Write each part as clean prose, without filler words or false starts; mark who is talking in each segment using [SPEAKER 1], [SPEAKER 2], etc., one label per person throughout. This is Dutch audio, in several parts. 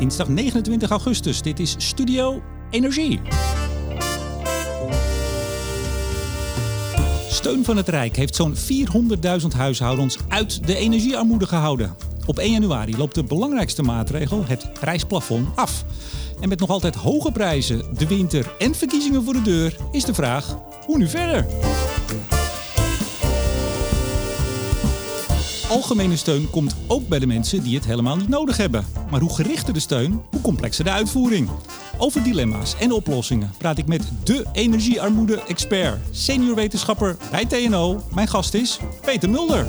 [SPEAKER 1] Dinsdag 29 augustus. Dit is Studio Energie. Steun van het Rijk heeft zo'n 400.000 huishoudens uit de energiearmoede gehouden. Op 1 januari loopt de belangrijkste maatregel, het prijsplafond, af. En met nog altijd hoge prijzen, de winter en verkiezingen voor de deur is de vraag, hoe nu verder? Algemene steun komt ook bij de mensen die het helemaal niet nodig hebben. Maar hoe gerichter de steun, hoe complexer de uitvoering. Over dilemma's en oplossingen praat ik met de energiearmoede-expert, senior wetenschapper bij TNO. Mijn gast is Peter Mulder.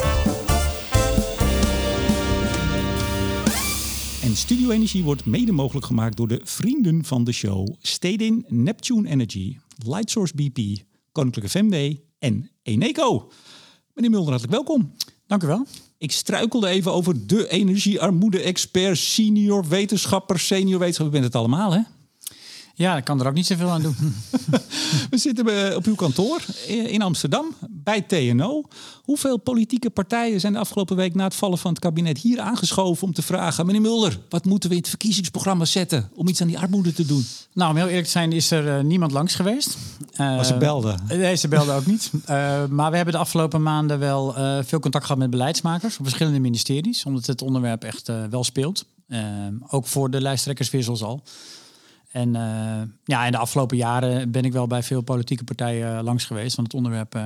[SPEAKER 1] En Studio Energie wordt mede mogelijk gemaakt door de vrienden van de show Stedin, Neptune Energy, Lightsource BP, Koninklijke FMW en Eneco. Meneer Mulder, hartelijk welkom.
[SPEAKER 2] Dank u wel.
[SPEAKER 1] Ik struikelde even over de energiearmoede-expert, senior wetenschapper. U bent het allemaal, hè?
[SPEAKER 2] Ja, ik kan er ook niet zoveel aan doen.
[SPEAKER 1] We zitten op uw kantoor in Amsterdam, bij TNO. Hoeveel politieke partijen zijn de afgelopen week na het vallen van het kabinet hier aangeschoven om te vragen, meneer Mulder, wat moeten we in het verkiezingsprogramma zetten om iets aan die armoede te doen?
[SPEAKER 2] Nou, om heel eerlijk te zijn is er niemand langs geweest.
[SPEAKER 1] Ze belden.
[SPEAKER 2] Nee, ze belden ook niet. Maar we hebben de afgelopen maanden wel veel contact gehad met beleidsmakers op verschillende ministeries, omdat het onderwerp echt wel speelt. Ook voor de lijsttrekkerswissels al. En in de afgelopen jaren ben ik wel bij veel politieke partijen langs geweest. Want het onderwerp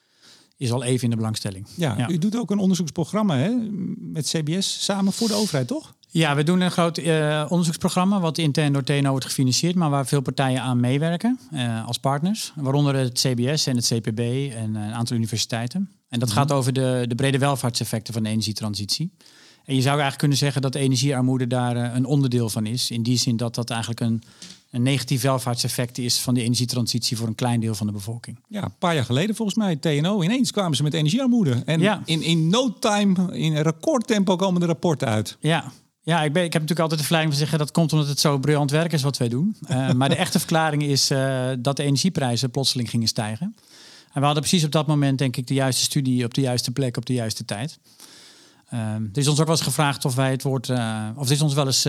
[SPEAKER 2] is al even in de belangstelling.
[SPEAKER 1] Ja, u doet ook een onderzoeksprogramma, hè, met CBS samen voor de overheid, toch? Ja,
[SPEAKER 2] we doen een groot onderzoeksprogramma wat intern door TNO wordt gefinancierd, maar waar veel partijen aan meewerken als partners. Waaronder het CBS en het CPB en een aantal universiteiten. En dat gaat over de brede welvaartseffecten van de energietransitie. En je zou eigenlijk kunnen zeggen dat de energiearmoede daar een onderdeel van is. In die zin dat dat eigenlijk een negatief welvaartseffect is van de energietransitie voor een klein deel van de bevolking.
[SPEAKER 1] Ja, een paar jaar geleden volgens mij, TNO, ineens kwamen ze met energiearmoede. En in no time, in een recordtempo komen de rapporten uit.
[SPEAKER 2] Ja, ik heb natuurlijk altijd de verleiding van zeggen dat komt omdat het zo briljant werk is wat wij doen. Maar de echte verklaring is dat de energieprijzen plotseling gingen stijgen. En we hadden precies op dat moment, denk ik, de juiste studie op de juiste plek op de juiste tijd. Er is ons ook wel eens gevraagd of wij het woord, of er is ons wel eens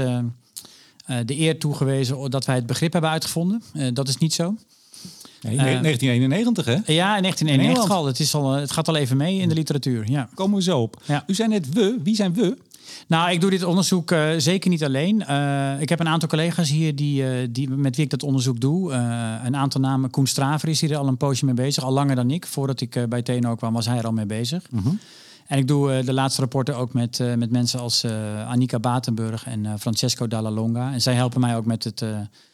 [SPEAKER 2] de eer toegewezen dat wij het begrip hebben uitgevonden. Dat is niet zo.
[SPEAKER 1] Nee, 1991, hè?
[SPEAKER 2] Ja, in 1991 al. Het gaat al even mee in de literatuur. Ja.
[SPEAKER 1] Komen we zo op. Ja. U zei net we. Wie zijn we?
[SPEAKER 2] Nou, ik doe dit onderzoek zeker niet alleen. Ik heb een aantal collega's hier met wie ik dat onderzoek doe. Een aantal namen. Koen Straver is hier al een poosje mee bezig. Al langer dan ik. Voordat ik bij TNO kwam was hij er al mee bezig. Mm-hmm. En ik doe de laatste rapporten ook met mensen als Annika Batenburg en Francesco Dalla Longa. En zij helpen mij ook met het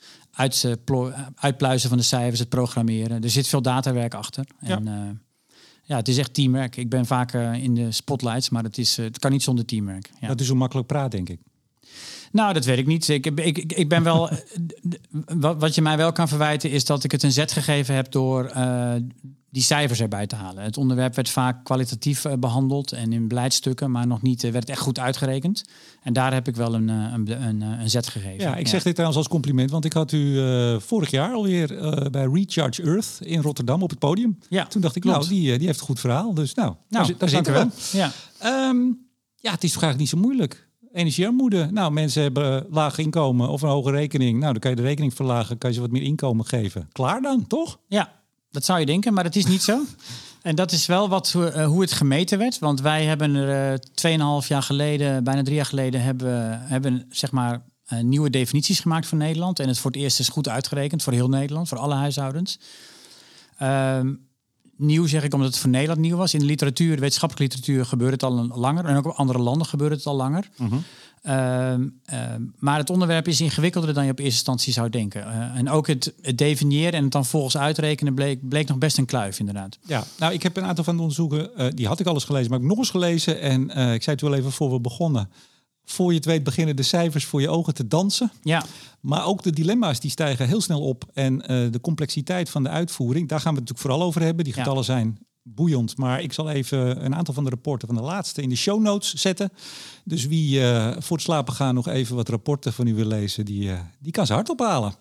[SPEAKER 2] uitpluizen van de cijfers, het programmeren. Er zit veel datawerk achter. Ja. En het is echt teamwerk. Ik ben vaak in de spotlights, maar het kan niet zonder teamwerk. Ja.
[SPEAKER 1] Dat is zo makkelijk praat, denk ik.
[SPEAKER 2] Nou, dat weet ik niet. Ik ben wel. Wat je mij wel kan verwijten is dat ik het een zet gegeven heb door die cijfers erbij te halen. Het onderwerp werd vaak kwalitatief behandeld en in beleidstukken, maar nog niet werd het echt goed uitgerekend. En daar heb ik wel een zet gegeven.
[SPEAKER 1] Ja, ik zeg dit trouwens als compliment, want ik had u vorig jaar alweer bij Recharge Earth in Rotterdam op het podium. Ja, toen dacht ik, die heeft een goed verhaal. Dus daar zitten we.
[SPEAKER 2] Ja.
[SPEAKER 1] Het is toch eigenlijk niet zo moeilijk. Energiearmoede. Nou, mensen hebben laag inkomen of een hoge rekening. Nou, dan kan je de rekening verlagen, kan je ze wat meer inkomen geven. Klaar dan, toch?
[SPEAKER 2] Ja, dat zou je denken, maar dat is niet zo. En dat is wel hoe het gemeten werd. Want wij hebben er 2,5 jaar geleden, bijna 3 jaar geleden, hebben zeg maar nieuwe definities gemaakt voor Nederland. En het voor het eerst is goed uitgerekend voor heel Nederland, voor alle huishoudens. Nieuw zeg ik omdat het voor Nederland nieuw was. In de literatuur, de wetenschappelijke literatuur, gebeurt het al langer. En ook op andere landen gebeurt het al langer. Mm-hmm. Maar het onderwerp is ingewikkelder dan je op eerste instantie zou denken. En ook het definiëren en het dan volgens uitrekenen bleek nog best een kluif, inderdaad.
[SPEAKER 1] Ja, nou, ik heb een aantal van de onderzoeken, die had ik al eens gelezen, maar ik heb nog eens gelezen. En ik zei het wel even voor we begonnen. Voor je het weet beginnen de cijfers voor je ogen te dansen.
[SPEAKER 2] Ja.
[SPEAKER 1] Maar ook de dilemma's die stijgen heel snel op. En de complexiteit van de uitvoering, daar gaan we het natuurlijk vooral over hebben. Die getallen zijn boeiend. Maar ik zal even een aantal van de rapporten van de laatste in de show notes zetten. Dus wie voor het slapen gaan nog even wat rapporten van u wil lezen, die kan ze hard ophalen.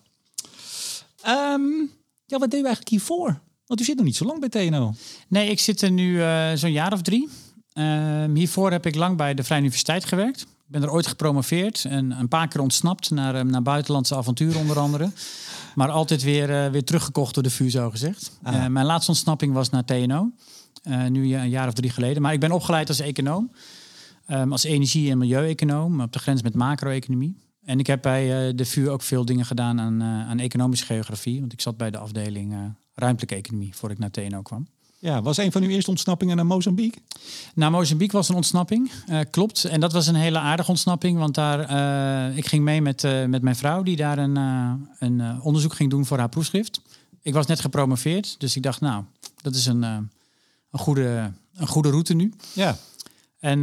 [SPEAKER 1] Wat deed u eigenlijk hiervoor? Want u zit nog niet zo lang bij TNO.
[SPEAKER 2] Nee, ik zit er nu zo'n jaar of 3. Hiervoor heb ik lang bij de Vrije Universiteit gewerkt. ben er ooit gepromoveerd en een paar keer ontsnapt naar buitenlandse avonturen onder andere. Maar altijd weer teruggekocht door de VU, zo gezegd. Mijn laatste ontsnapping was naar TNO. Nu een jaar of 3 geleden. Maar ik ben opgeleid als econoom. Als energie- en milieu-econoom. Op de grens met macro-economie. En ik heb bij de VU ook veel dingen gedaan aan economische geografie. Want ik zat bij de afdeling ruimtelijke economie voor ik naar TNO kwam.
[SPEAKER 1] Ja, was een van uw eerste ontsnappingen naar Mozambique?
[SPEAKER 2] Nou, Mozambique was een ontsnapping, klopt. En dat was een hele aardige ontsnapping, want ik ging mee met mijn vrouw... die daar een onderzoek ging doen voor haar proefschrift. Ik was net gepromoveerd, dus ik dacht, nou, dat is een goede route nu.
[SPEAKER 1] Ja.
[SPEAKER 2] En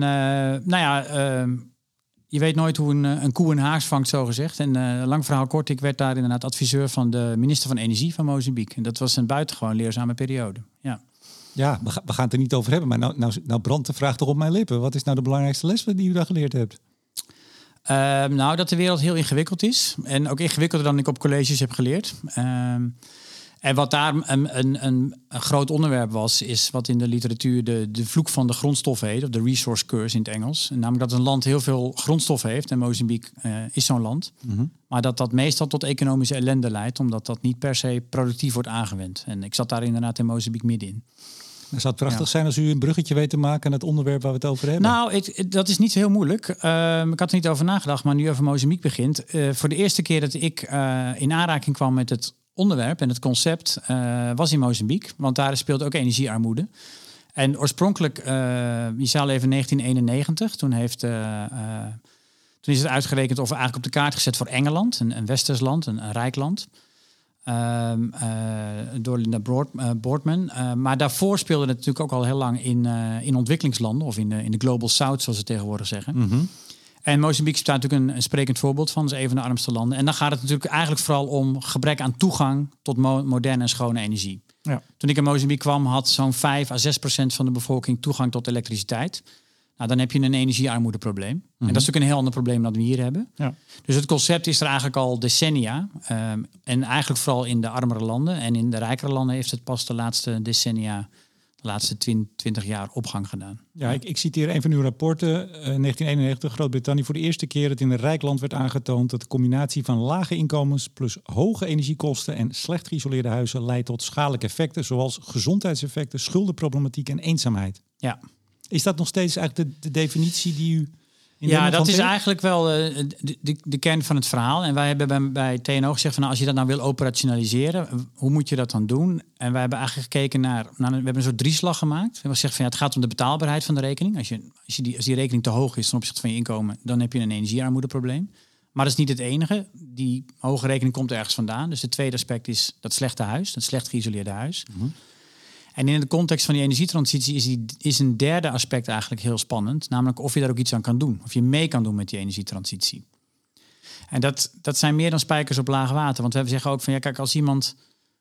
[SPEAKER 2] je weet nooit hoe een koe een haas vangt, zo gezegd. En lang verhaal kort, ik werd daar inderdaad adviseur van de minister van Energie van Mozambique. En dat was een buitengewoon leerzame periode, ja.
[SPEAKER 1] Ja, we gaan het er niet over hebben, maar nou brandt de vraag toch op mijn lippen. Wat is nou de belangrijkste les die u daar geleerd hebt?
[SPEAKER 2] Dat de wereld heel ingewikkeld is. En ook ingewikkelder dan ik op colleges heb geleerd. En wat daar een groot onderwerp was, is wat in de literatuur de vloek van de grondstoffen heet. Of de resource curse in het Engels. En namelijk dat een land heel veel grondstoffen heeft. En Mozambique is zo'n land. Mm-hmm. Maar dat meestal tot economische ellende leidt. Omdat dat niet per se productief wordt aangewend. En ik zat daar inderdaad in Mozambique middenin.
[SPEAKER 1] Het zou prachtig zijn als u een bruggetje weet te maken aan het onderwerp waar we het over hebben.
[SPEAKER 2] Nou, dat is niet heel moeilijk. Ik had er niet over nagedacht, maar nu over Mozambique begint. Voor de eerste keer dat ik in aanraking kwam met het onderwerp en het concept was in Mozambique. Want daar speelt ook energiearmoede. En oorspronkelijk, je zei al even 1991, toen is het uitgerekend of eigenlijk op de kaart gezet voor Engeland, een westers land, een rijk land. Door Linda Boardman. Maar daarvoor speelde het natuurlijk ook al heel lang in ontwikkelingslanden of in de Global South, zoals ze tegenwoordig zeggen. Mm-hmm. En Mozambique staat natuurlijk een sprekend voorbeeld van. Dat is een van de armste landen. En dan gaat het natuurlijk eigenlijk vooral om gebrek aan toegang tot moderne en schone energie. Ja. Toen ik in Mozambique kwam, had zo'n 5-6% van de bevolking toegang tot elektriciteit. Nou, dan heb je een energiearmoedeprobleem. Mm-hmm. En dat is natuurlijk een heel ander probleem dan we hier hebben. Ja. Dus het concept is er eigenlijk al decennia. En eigenlijk vooral in de armere landen. En in de rijkere landen heeft het pas de laatste decennia, de laatste 20 jaar opgang gedaan.
[SPEAKER 1] Ja, ik citeer een van uw rapporten. 1991, Groot-Brittannië, voor de eerste keer dat in een rijk land werd aangetoond dat de combinatie van lage inkomens plus hoge energiekosten en slecht geïsoleerde huizen leidt tot schadelijke effecten, zoals gezondheidseffecten, schuldenproblematiek en eenzaamheid.
[SPEAKER 2] Ja.
[SPEAKER 1] Is dat nog steeds eigenlijk de definitie die u...
[SPEAKER 2] Ja, dat is eigenlijk wel de kern van het verhaal. En wij hebben bij TNO gezegd van, nou, als je dat nou wil operationaliseren, hoe moet je dat dan doen? En wij hebben eigenlijk gekeken naar we hebben een soort drieslag gemaakt. We hebben gezegd van, het gaat om de betaalbaarheid van de rekening. Als die rekening te hoog is ten opzichte van je inkomen, dan heb je een energiearmoedeprobleem. Maar dat is niet het enige. Die hoge rekening komt ergens vandaan. Dus het tweede aspect is dat slechte huis, dat slecht geïsoleerde huis. Mm-hmm. En in de context van die energietransitie is een derde aspect eigenlijk heel spannend. Namelijk of je daar ook iets aan kan doen. Of je mee kan doen met die energietransitie. En dat zijn meer dan spijkers op laag water. Want we zeggen ook van, ja, kijk, als iemand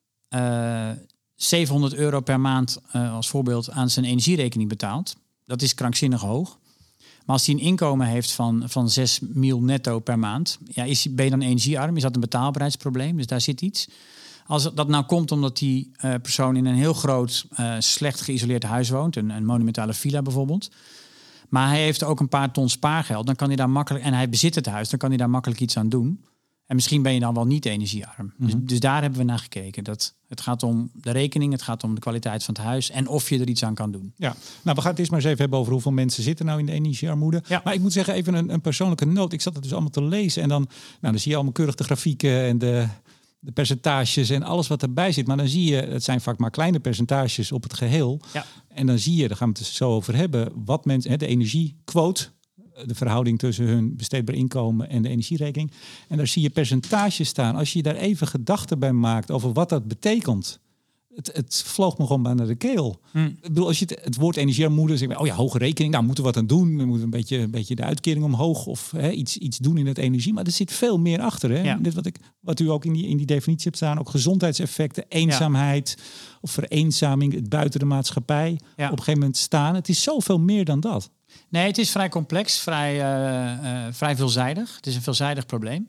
[SPEAKER 2] €700 per maand als voorbeeld aan zijn energierekening betaalt. Dat is krankzinnig hoog. Maar als hij een inkomen heeft van 6 mil netto per maand. Ja, ben je dan energiearm? Is dat een betaalbaarheidsprobleem? Dus daar zit iets. Als dat nou komt omdat die persoon in een heel groot, slecht geïsoleerd huis woont, een monumentale villa bijvoorbeeld, maar hij heeft ook een paar ton spaargeld, dan kan hij daar makkelijk, en hij bezit het huis, dan kan hij daar makkelijk iets aan doen. En misschien ben je dan wel niet energiearm. Mm-hmm. Dus daar hebben we naar gekeken. Het gaat om de rekening, het gaat om de kwaliteit van het huis en of je er iets aan kan doen. Ja,
[SPEAKER 1] nou, we gaan het eerst maar eens even hebben over hoeveel mensen zitten nou in de energiearmoede. Ja. Maar ik moet zeggen, even een persoonlijke noot. Ik zat het dus allemaal te lezen en dan zie je allemaal keurig de grafieken en de percentages en alles wat erbij zit. Maar dan zie je, het zijn vaak maar kleine percentages op het geheel. Ja. En dan zie je, daar gaan we het zo over hebben, wat mensen, de energiequote, de verhouding tussen hun besteedbaar inkomen en de energierekening. En daar zie je percentages staan. Als je daar even gedachten bij maakt over wat dat betekent. Het vloog me gewoon bijna de keel. Ik bedoel, als je het woord energiearmoede zegt, oh ja, hoge rekening, nou moeten we wat aan doen. We moeten een beetje de uitkering omhoog of iets doen in het energie. Maar er zit veel meer achter. Hè? Ja. Dit wat u ook in die definitie hebt staan, ook gezondheidseffecten, eenzaamheid of vereenzaming, het buiten de maatschappij op een gegeven moment staan. Het is zoveel meer dan dat.
[SPEAKER 2] Nee, het is vrij complex, vrij veelzijdig. Het is een veelzijdig probleem.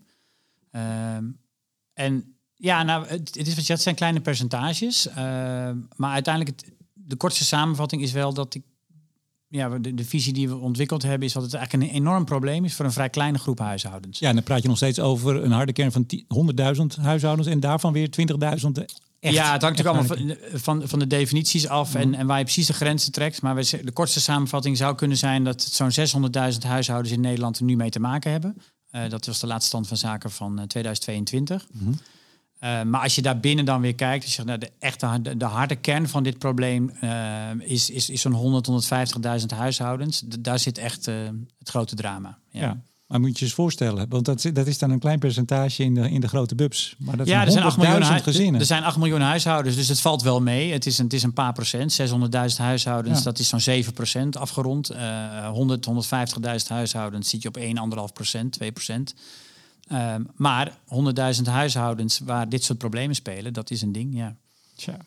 [SPEAKER 2] Ja, nou, het zijn kleine percentages. Maar uiteindelijk, de kortste samenvatting is wel dat de visie die we ontwikkeld hebben is dat het eigenlijk een enorm probleem is voor een vrij kleine groep huishoudens.
[SPEAKER 1] Ja, en dan praat je nog steeds over een harde kern van 100.000 huishoudens en daarvan weer 20.000 echt.
[SPEAKER 2] Ja, het hangt natuurlijk allemaal van de definities af en waar je precies de grenzen trekt. Maar de kortste samenvatting zou kunnen zijn dat zo'n 600.000 huishoudens in Nederland er nu mee te maken hebben. Dat was de laatste stand van zaken van 2022. Maar als je daar binnen dan weer kijkt, dus de harde kern van dit probleem is zo'n 150.000 huishoudens. Daar zit echt het grote drama. Ja.
[SPEAKER 1] Maar moet je je eens voorstellen, want dat is dan een klein percentage in de grote bubs. Maar dat
[SPEAKER 2] er zijn 8 miljoen
[SPEAKER 1] gezinnen.
[SPEAKER 2] Er zijn 8 miljoen huishoudens, dus het valt wel mee. Het is een paar procent. 600.000 huishoudens, dat is zo'n 7% afgerond. 150.000 huishoudens zit je op 1,5%, 2%. Maar 100.000 huishoudens waar dit soort problemen spelen, dat is een ding, ja.
[SPEAKER 1] Tja.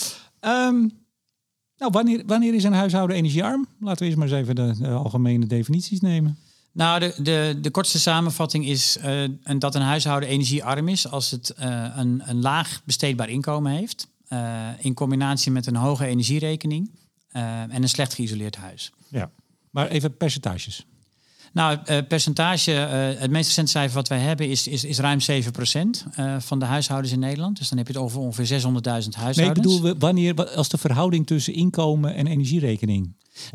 [SPEAKER 1] Wanneer is een huishouden energiearm? Laten we eerst maar eens even de algemene definities nemen.
[SPEAKER 2] Nou, de kortste samenvatting is dat een huishouden energiearm is als het een laag besteedbaar inkomen heeft, in combinatie met een hoge energierekening en een slecht geïsoleerd huis.
[SPEAKER 1] Ja, maar even percentages.
[SPEAKER 2] Nou, percentage, het meest recente cijfer wat wij hebben is ruim 7% van de huishoudens in Nederland. Dus dan heb je het over ongeveer 600.000 huishoudens.
[SPEAKER 1] Nee, ik bedoel, wanneer als de verhouding tussen inkomen en energierekening?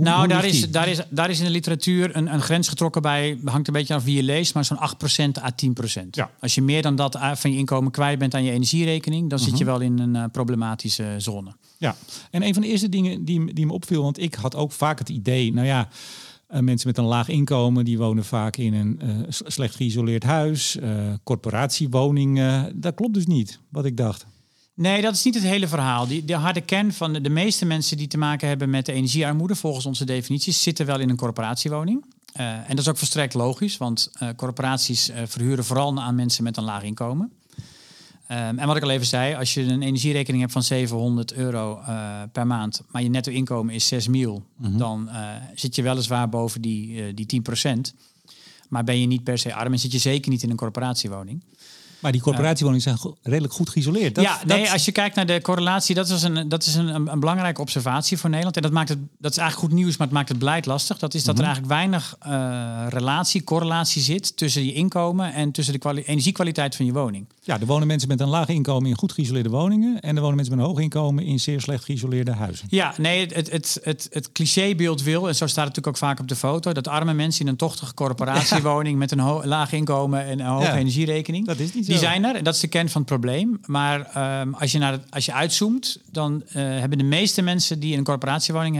[SPEAKER 2] Daar is in de literatuur een grens getrokken bij, hangt een beetje af wie je leest, maar zo'n 8% à 10%. Ja. Als je meer dan dat van je inkomen kwijt bent aan je energierekening, dan zit je wel in een problematische zone.
[SPEAKER 1] Ja, en een van de eerste dingen die me opviel, want ik had ook vaak het idee, mensen met een laag inkomen, die wonen vaak in een slecht geïsoleerd huis, corporatiewoningen. Dat klopt dus niet, wat ik dacht.
[SPEAKER 2] Nee, dat is niet het hele verhaal. De harde kern van de meeste mensen die te maken hebben met de energiearmoede, volgens onze definities, zitten wel in een corporatiewoning. En dat is ook volstrekt logisch, want corporaties verhuren vooral aan mensen met een laag inkomen. En wat ik al even zei, als je een energierekening hebt van €700 per maand, maar je netto inkomen is 6.000, dan zit je weliswaar boven die 10%. Maar ben je niet per se arm en zit je zeker niet in een corporatiewoning. Maar
[SPEAKER 1] die corporatiewoningen zijn redelijk goed geïsoleerd.
[SPEAKER 2] Als je kijkt naar de correlatie, dat is een belangrijke observatie voor Nederland. En dat is eigenlijk goed nieuws, maar het maakt het beleid lastig. Dat is dat er eigenlijk weinig correlatie zit tussen je inkomen en tussen de energiekwaliteit van je woning.
[SPEAKER 1] Ja, er wonen mensen met een laag inkomen in goed geïsoleerde woningen en er wonen mensen met een hoog inkomen in zeer slecht geïsoleerde huizen.
[SPEAKER 2] Ja, nee, het clichébeeld wil, en zo staat het natuurlijk ook vaak op de foto, dat arme mensen in een tochtige corporatiewoning met een laag inkomen en een hoge energierekening. Dat is niet zo. Die zijn er, en dat is de kern van het probleem. Maar als je uitzoomt, dan hebben de meeste mensen die een corporatiewoning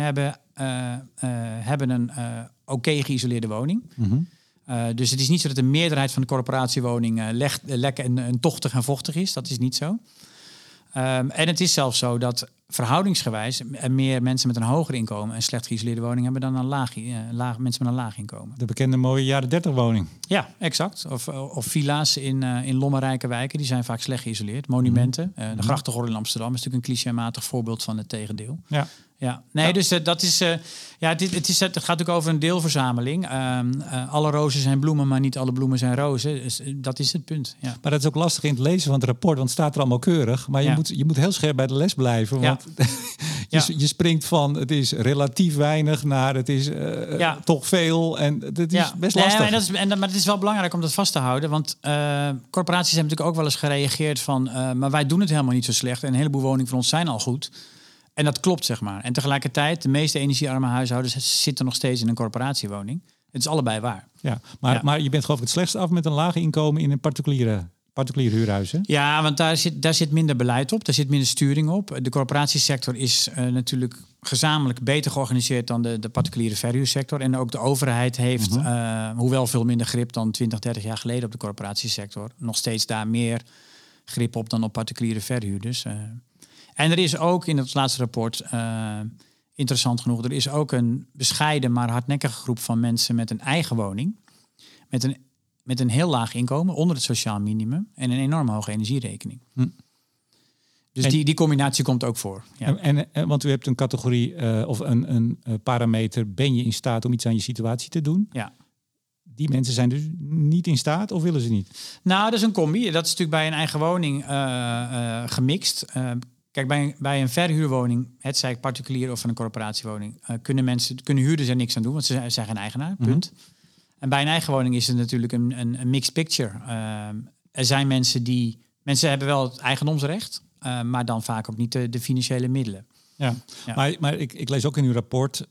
[SPEAKER 2] hebben een oké geïsoleerde woning. Dus het is niet zo dat de meerderheid van de corporatiewoning lekker en tochtig en vochtig is. Dat is niet zo. En het is zelfs zo dat verhoudingsgewijs meer mensen met een hoger inkomen een slecht geïsoleerde woning hebben dan mensen met een laag inkomen.
[SPEAKER 1] De bekende mooie jaren 30 woning.
[SPEAKER 2] Ja, exact. Of villa's in lommerrijke wijken, die zijn vaak slecht geïsoleerd. Monumenten. De grachtengordel in Amsterdam is natuurlijk een clichématig voorbeeld van het tegendeel. Ja. Nee, dus dat is. Het gaat natuurlijk over een deelverzameling. Alle rozen zijn bloemen, maar niet alle bloemen zijn rozen. Dus, dat is het punt. Ja.
[SPEAKER 1] Maar dat is ook lastig in het lezen van het rapport, want het staat er allemaal keurig. Maar je moet heel scherp bij de les blijven. Want je springt van het is relatief weinig naar het is toch veel. En dat is best lastig.
[SPEAKER 2] Maar het is wel belangrijk om dat vast te houden. Want corporaties hebben natuurlijk ook wel eens gereageerd van, maar wij doen het helemaal niet zo slecht. En een heleboel woningen van ons zijn al goed. En dat klopt, zeg maar. En tegelijkertijd, de meeste energiearme huishoudens zitten nog steeds in een corporatiewoning. Het is allebei waar.
[SPEAKER 1] Ja, maar je bent geloof ik het slechtst af met een laag inkomen in een particuliere huurhuis. Hè?
[SPEAKER 2] Ja, want daar zit minder beleid op. Daar zit minder sturing op. De corporatiesector is natuurlijk gezamenlijk beter georganiseerd dan de particuliere verhuursector. En ook de overheid heeft, hoewel veel minder grip dan 20, 30 jaar geleden op de corporatiesector, nog steeds daar meer grip op dan op particuliere verhuurders. En er is ook in het laatste rapport, interessant genoeg, er is ook een bescheiden maar hardnekkige groep van mensen met een eigen woning. Met een heel laag inkomen, onder het sociaal minimum en een enorm hoge energierekening. Dus die combinatie komt ook voor. Ja.
[SPEAKER 1] Want u hebt een categorie of een parameter, ben je in staat om iets aan je situatie te doen?
[SPEAKER 2] Ja.
[SPEAKER 1] Die mensen zijn dus niet in staat of willen ze niet?
[SPEAKER 2] Nou, dat is een combi. Dat is natuurlijk bij een eigen woning gemixt. Kijk, bij een verhuurwoning, het zij particulier of een corporatiewoning, kunnen huurders er niks aan doen, want ze zijn geen eigenaar, punt. En bij een eigen woning is het natuurlijk een mixed picture. Er zijn mensen hebben wel het eigendomsrecht, maar dan vaak ook niet de financiële middelen.
[SPEAKER 1] Ja. Maar ik lees ook in uw rapport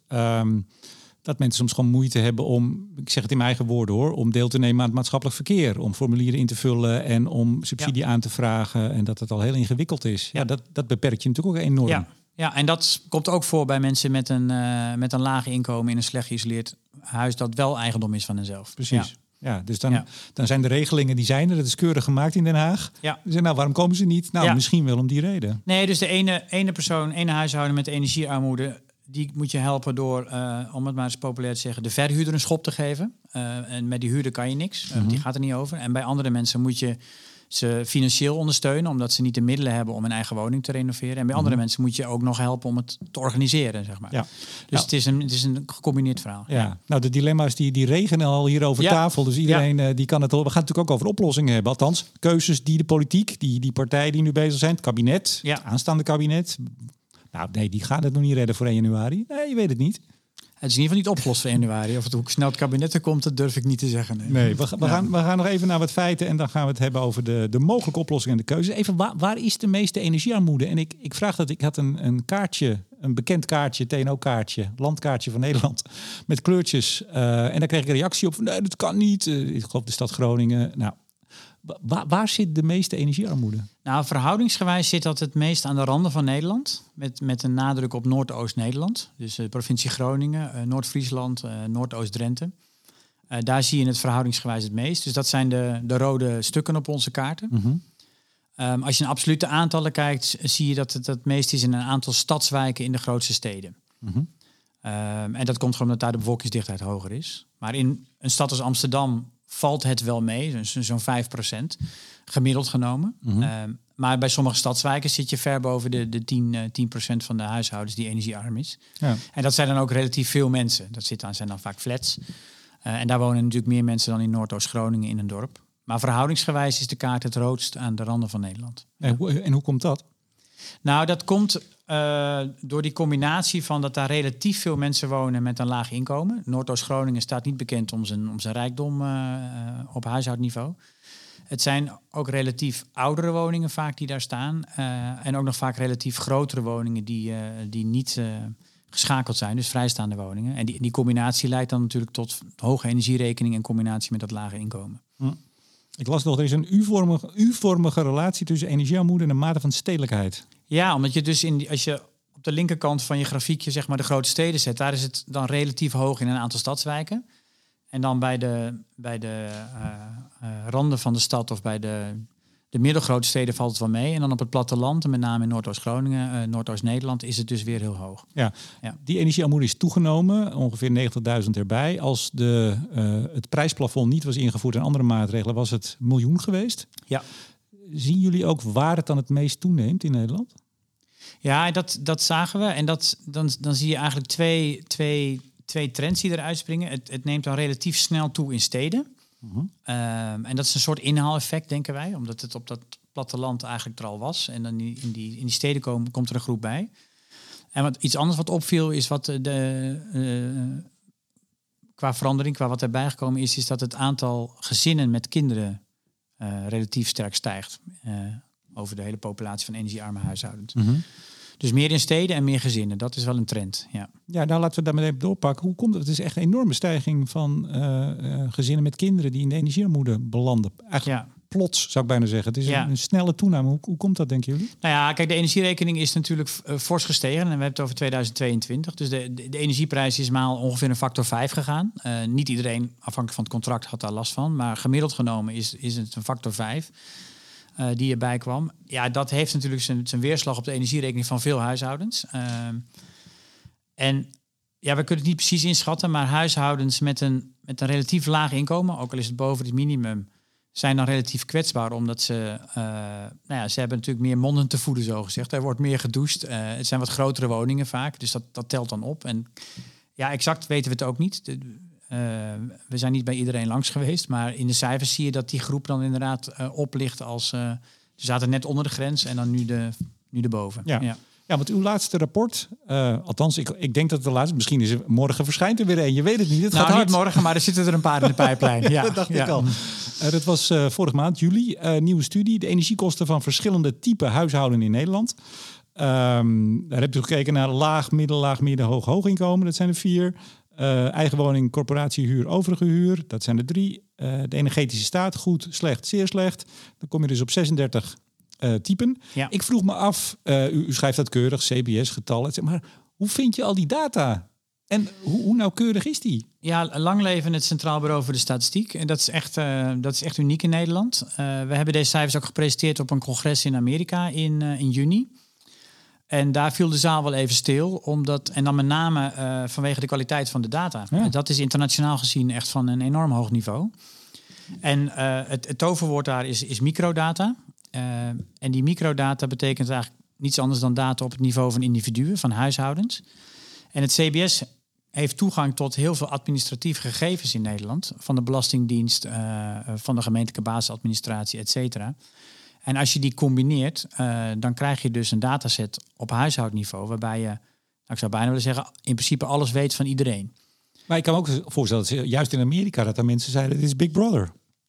[SPEAKER 1] dat mensen soms gewoon moeite hebben om, ik zeg het in mijn eigen woorden hoor, om deel te nemen aan het maatschappelijk verkeer, om formulieren in te vullen en om subsidie aan te vragen en dat het al heel ingewikkeld is. Ja, dat beperkt je natuurlijk ook enorm.
[SPEAKER 2] Ja, en dat komt ook voor bij mensen met een laag inkomen in een slecht geïsoleerd huis dat wel eigendom is van henzelf.
[SPEAKER 1] Precies. Ja, dus dan zijn de regelingen die zijn er. Dat is keurig gemaakt in Den Haag.
[SPEAKER 2] Ja.
[SPEAKER 1] Dus waarom komen ze niet? Nou, misschien wel om die reden.
[SPEAKER 2] Nee, dus de ene huishouden met energiearmoede, die moet je helpen door, om het maar eens populair te zeggen, de verhuurder een schop te geven. En met die huurder kan je niks. Die gaat er niet over. En bij andere mensen moet je ze financieel ondersteunen, omdat ze niet de middelen hebben om een eigen woning te renoveren. En bij andere mensen moet je ook nog helpen om het te organiseren, zeg maar. Ja. Dus het is een gecombineerd verhaal.
[SPEAKER 1] Ja. Nou, de dilemma's die regenen al hier over tafel. Dus iedereen die kan het. We gaan het natuurlijk ook over oplossingen hebben. Althans, keuzes die de politiek, die partijen die nu bezig zijn, het kabinet, het aanstaande kabinet. Nou, nee, die gaat het nog niet redden voor 1 januari. Nee, je weet het niet.
[SPEAKER 2] Het is in ieder geval niet opgelost voor 1 januari. Of het hoe snel het kabinet er komt, dat durf ik niet te zeggen.
[SPEAKER 1] Nee, we gaan nog even naar wat feiten en dan gaan we het hebben over de mogelijke oplossingen en de keuzes. Even, waar is de meeste energiearmoede? En ik vraag dat, ik had een kaartje, een bekend kaartje, TNO-kaartje, landkaartje van Nederland, met kleurtjes. En daar kreeg ik een reactie op van, nee, dat kan niet. Ik geloof de stad Groningen. Nou, waar zit de meeste energiearmoede?
[SPEAKER 2] Nou, verhoudingsgewijs zit dat het meest aan de randen van Nederland. Met een nadruk op Noordoost-Nederland. Dus de provincie Groningen, Noord-Friesland, Noordoost-Drenthe. Daar zie je het verhoudingsgewijs het meest. Dus dat zijn de rode stukken op onze kaarten. Als je naar absolute aantallen kijkt, zie je dat het meest is in een aantal stadswijken in de grootste steden. En dat komt gewoon omdat daar de bevolkingsdichtheid hoger is. Maar in een stad als Amsterdam valt het wel mee, zo'n 5% gemiddeld genomen. Maar bij sommige stadswijken zit je ver boven de 10% van de huishoudens die energiearm is. Ja. En dat zijn dan ook relatief veel mensen. Zijn dan vaak flats. En daar wonen natuurlijk meer mensen dan in Noordoost-Groningen in een dorp. Maar verhoudingsgewijs is de kaart het roodst aan de randen van Nederland.
[SPEAKER 1] En hoe komt dat?
[SPEAKER 2] Nou, dat komt door die combinatie van dat daar relatief veel mensen wonen met een laag inkomen. Noordoost-Groningen staat niet bekend om zijn rijkdom op huishoudniveau. Het zijn ook relatief oudere woningen vaak die daar staan. En ook nog vaak relatief grotere woningen die niet geschakeld zijn, dus vrijstaande woningen. En die combinatie leidt dan natuurlijk tot hoge energierekening in combinatie met dat lage inkomen.
[SPEAKER 1] Ik las nog, er is een U-vormige relatie tussen energiearmoede en de mate van stedelijkheid.
[SPEAKER 2] Ja, omdat je dus als je op de linkerkant van je grafiekje zeg maar de grote steden zet, daar is het dan relatief hoog in een aantal stadswijken. En dan bij de randen van de stad of bij de middelgrote steden valt het wel mee. En dan op het platteland, en met name in Noordoost-Groningen, Noordoost-Nederland, is het dus weer heel hoog. Ja.
[SPEAKER 1] Die energiearmoede is toegenomen, ongeveer 90.000 erbij. Als het prijsplafond niet was ingevoerd en andere maatregelen, was het 1 miljoen geweest. Ja. Zien jullie ook waar het dan het meest toeneemt in Nederland?
[SPEAKER 2] Ja, dat zagen we. En dan zie je eigenlijk twee trends die eruit springen. Het neemt dan relatief snel toe in steden. En dat is een soort inhaaleffect, denken wij. Omdat het op dat platteland eigenlijk er al was. En dan in die steden komt er een groep bij. En iets anders wat opviel is wat qua verandering, qua wat erbij gekomen is dat het aantal gezinnen met kinderen relatief sterk stijgt. Over de hele populatie van energiearme huishoudens. Dus meer in steden en meer gezinnen. Dat is wel een trend. Ja,
[SPEAKER 1] nou laten we dat meteen doorpakken. Hoe komt het? Het is echt een enorme stijging van gezinnen met kinderen die in de energiearmoede belanden. Eigenlijk plots, zou ik bijna zeggen. Het is een snelle toename. Hoe komt dat, denken jullie?
[SPEAKER 2] Nou ja, kijk, de energierekening is natuurlijk fors gestegen. En we hebben het over 2022. Dus de energieprijs is maar ongeveer een factor 5 gegaan. Niet iedereen, afhankelijk van het contract, had daar last van. Maar gemiddeld genomen is het een factor 5. Die erbij kwam. Ja, dat heeft natuurlijk zijn weerslag op de energierekening van veel huishoudens. En ja, we kunnen het niet precies inschatten, maar huishoudens met een relatief laag inkomen, ook al is het boven het minimum, zijn dan relatief kwetsbaar, omdat ze hebben natuurlijk meer monden te voeden, zo gezegd. Er wordt meer gedoucht. Het zijn wat grotere woningen vaak, dus dat telt dan op. En ja, exact weten we het ook niet. We zijn niet bij iedereen langs geweest, maar in de cijfers zie je dat die groep dan inderdaad oplicht als ze zaten net onder de grens en dan nu nu erboven.
[SPEAKER 1] Ja, want uw laatste rapport, althans, ik denk dat het de laatste, misschien is het morgen verschijnt er weer een. Je weet het niet. Het gaat hard.
[SPEAKER 2] Niet morgen, maar er zitten er een paar in de pijplijn. Ja,
[SPEAKER 1] dat dacht ik al. Dat was vorige maand, juli. Nieuwe studie. De energiekosten van verschillende typen huishouden in Nederland. Daar hebt u gekeken naar laag, midden, hoog inkomen. Dat zijn er 4. Eigen woning, corporatie, huur, overige huur. Dat zijn er 3. De energetische staat, goed, slecht, zeer slecht. Dan kom je dus op 36 typen. Ja. Ik vroeg me af, u schrijft dat keurig, CBS, getallen. Maar hoe vind je al die data? En hoe nauwkeurig is die?
[SPEAKER 2] Ja, lang leven het Centraal Bureau voor de Statistiek. En dat is echt uniek in Nederland. We hebben deze cijfers ook gepresenteerd op een congres in Amerika in juni. En daar viel de zaal wel even stil. En dan met name vanwege de kwaliteit van de data. Ja. Dat is internationaal gezien echt van een enorm hoog niveau. En het toverwoord daar is microdata. En die microdata betekent eigenlijk niets anders dan data op het niveau van individuen, van huishoudens. En het CBS heeft toegang tot heel veel administratieve gegevens in Nederland. Van de Belastingdienst, van de gemeentelijke basisadministratie, et cetera. En als je die combineert, dan krijg je dus een dataset op huishoudniveau, waarbij je, ik zou bijna willen zeggen, in principe alles weet van iedereen.
[SPEAKER 1] Maar ik kan me ook voorstellen dat juist in Amerika dat er mensen zeiden, dit is Big Brother.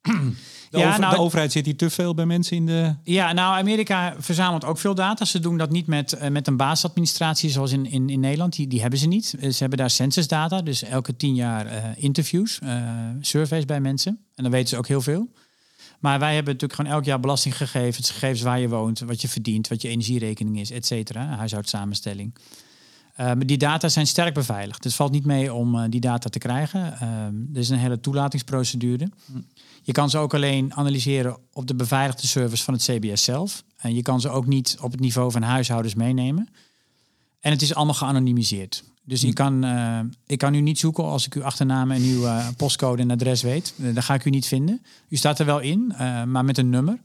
[SPEAKER 1] De overheid zit hier te veel bij mensen in de...
[SPEAKER 2] Ja, nou, Amerika verzamelt ook veel data. Ze doen dat niet met een basisadministratie zoals in Nederland. Die hebben ze niet. Ze hebben daar censusdata, dus elke 10 jaar interviews, surveys bij mensen. En dan weten ze ook heel veel. Maar wij hebben natuurlijk gewoon elk jaar belastinggegevens, gegevens waar je woont, wat je verdient, wat je energierekening is, et cetera, huishoudsamenstelling. Maar die data zijn sterk beveiligd. Dus het valt niet mee om die data te krijgen. Er is een hele toelatingsprocedure. Je kan ze ook alleen analyseren op de beveiligde servers van het CBS zelf. En je kan ze ook niet op het niveau van huishoudens meenemen. En het is allemaal geanonimiseerd. Dus ik kan u niet zoeken als ik uw achternaam en uw postcode en adres weet. Dan ga ik u niet vinden. U staat er wel in, maar met een nummer.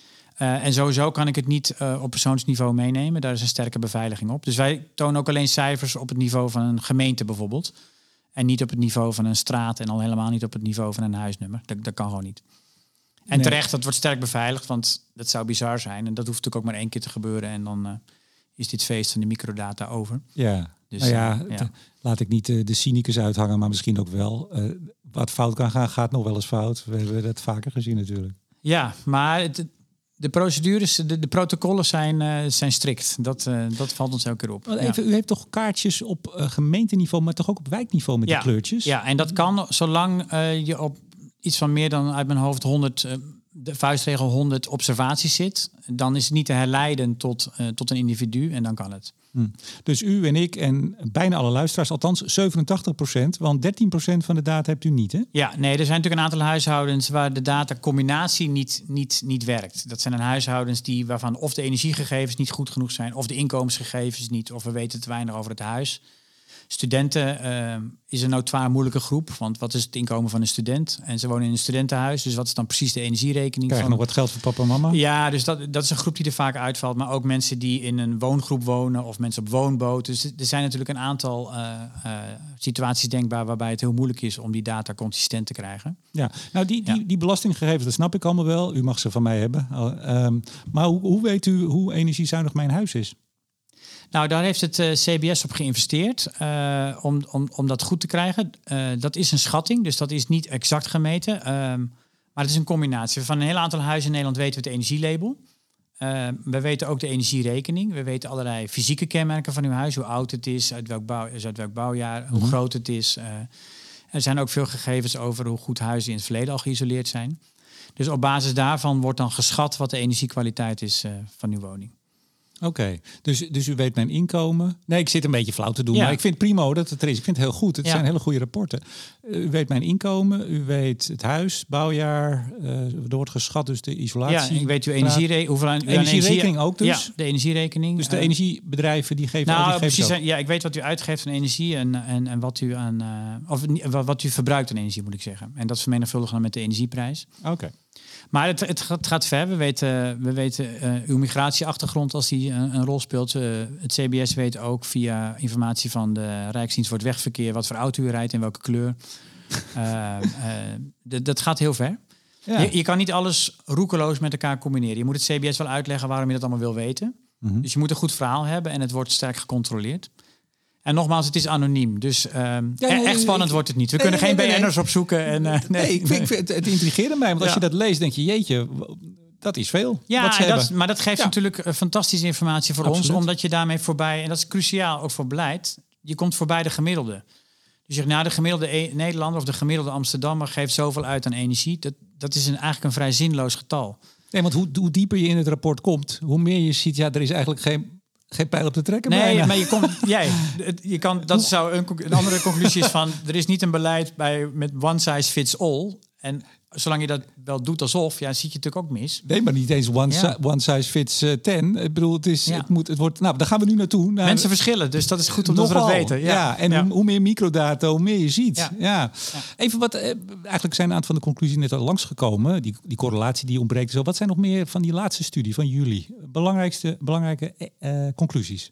[SPEAKER 2] En sowieso kan ik het niet op persoonsniveau meenemen. Daar is een sterke beveiliging op. Dus wij tonen ook alleen cijfers op het niveau van een gemeente bijvoorbeeld. En niet op het niveau van een straat en al helemaal niet op het niveau van een huisnummer. Dat kan gewoon niet. En terecht, dat wordt sterk beveiligd, want dat zou bizar zijn. En dat hoeft natuurlijk ook maar 1 keer te gebeuren. En dan is dit feest van de microdata over.
[SPEAKER 1] Ja, dus, laat ik niet de cynicus uithangen, maar misschien ook wel. Wat fout kan gaan, gaat nog wel eens fout. We hebben dat vaker gezien natuurlijk.
[SPEAKER 2] Ja, maar de procedures, de protocollen zijn strikt. Dat valt ons elke keer op.
[SPEAKER 1] Even, u heeft toch kaartjes op gemeenteniveau, maar toch ook op wijkniveau met die kleurtjes?
[SPEAKER 2] Ja, en dat kan zolang je op iets van meer dan uit mijn hoofd 100, de vuistregel 100 observaties zit. Dan is het niet te herleiden tot een individu en dan kan het.
[SPEAKER 1] Dus u en ik en bijna alle luisteraars, althans 87%, want 13% van de data hebt u niet, hè?
[SPEAKER 2] Ja, nee, er zijn natuurlijk een aantal huishoudens waar de datacombinatie niet werkt. Dat zijn dan huishoudens waarvan of de energiegegevens niet goed genoeg zijn, of de inkomensgegevens niet, of we weten te weinig over het huis. Studenten is een notoire moeilijke groep, want wat is het inkomen van een student? En ze wonen in een studentenhuis, dus wat is dan precies de energierekening?
[SPEAKER 1] Krijg je nog wat geld voor papa en mama?
[SPEAKER 2] Ja, dus dat is een groep die er vaak uitvalt. Maar ook mensen die in een woongroep wonen of mensen op woonboten. Dus er zijn natuurlijk een aantal situaties denkbaar waarbij het heel moeilijk is om die data consistent te krijgen. Ja,
[SPEAKER 1] nou die belastinggegevens, dat snap ik allemaal wel. U mag ze van mij hebben. Maar hoe weet u hoe energiezuinig mijn huis is?
[SPEAKER 2] Nou, daar heeft het CBS op geïnvesteerd om dat goed te krijgen. Dat is een schatting, dus dat is niet exact gemeten. Maar het is een combinatie. Van een heel aantal huizen in Nederland weten we het energielabel. We weten ook de energierekening. We weten allerlei fysieke kenmerken van uw huis. Hoe oud het is, uit welk bouwjaar, hoe groot het is. Er zijn ook veel gegevens over hoe goed huizen in het verleden al geïsoleerd zijn. Dus op basis daarvan wordt dan geschat wat de energiekwaliteit is van uw woning.
[SPEAKER 1] Oké, dus u weet mijn inkomen. Nee, ik zit een beetje flauw te doen, maar ik vind prima dat het er is. Ik vind het heel goed. Het zijn hele goede rapporten. U weet mijn inkomen, u weet het huis, bouwjaar, er wordt geschat, dus de isolatie.
[SPEAKER 2] Ja, ik weet uw
[SPEAKER 1] energierekening ook dus.
[SPEAKER 2] Ja, de energierekening.
[SPEAKER 1] Dus de energiebedrijven die geven al die gegevens
[SPEAKER 2] precies. Ja, ik weet wat u uitgeeft aan energie en wat u wat u verbruikt aan energie, moet ik zeggen. En dat vermenigvuldigen dan met de energieprijs.
[SPEAKER 1] Oké.
[SPEAKER 2] Maar het gaat ver. We weten uw migratieachtergrond als die een rol speelt. Het CBS weet ook via informatie van de Rijksdienst voor het Wegverkeer wat voor auto u rijdt en welke kleur. Dat gaat heel ver. Ja. Je kan niet alles roekeloos met elkaar combineren. Je moet het CBS wel uitleggen waarom je dat allemaal wil weten. Mm-hmm. Dus je moet een goed verhaal hebben en het wordt sterk gecontroleerd. En nogmaals, het is anoniem. Dus echt spannend wordt het niet. We kunnen geen BN'ers opzoeken. En,
[SPEAKER 1] ik vind het intrigeerde mij. Want als je dat leest, denk je, jeetje, dat is veel.
[SPEAKER 2] Ja, maar dat geeft natuurlijk fantastische informatie voor
[SPEAKER 1] Absoluut.
[SPEAKER 2] ons. Omdat je daarmee voorbij, en dat is cruciaal ook voor beleid, je komt voorbij de gemiddelde. Dus je zegt, de gemiddelde Nederlander of de gemiddelde Amsterdammer geeft zoveel uit aan energie. Dat is eigenlijk een vrij zinloos getal.
[SPEAKER 1] Nee, want hoe dieper je in het rapport komt, hoe meer je ziet, er is eigenlijk geen pijl op te trekken.
[SPEAKER 2] Nee,
[SPEAKER 1] bijna.
[SPEAKER 2] maar je kan. Dat zou een andere conclusie is van, er is niet een beleid met one size fits all. En zolang je dat wel doet alsof, zie je natuurlijk ook mis.
[SPEAKER 1] Nee, maar niet eens one size fits 10. Ik bedoel, het wordt. Nou, daar gaan we nu naartoe.
[SPEAKER 2] Mensen verschillen, dus dat is goed om dat te weten.
[SPEAKER 1] Hoe meer microdata, hoe meer je ziet. Ja. Even wat. Eigenlijk zijn een aantal van de conclusies net al langsgekomen. Die correlatie die ontbreekt. Zo. Wat zijn nog meer van die laatste studie van jullie? Belangrijke conclusies?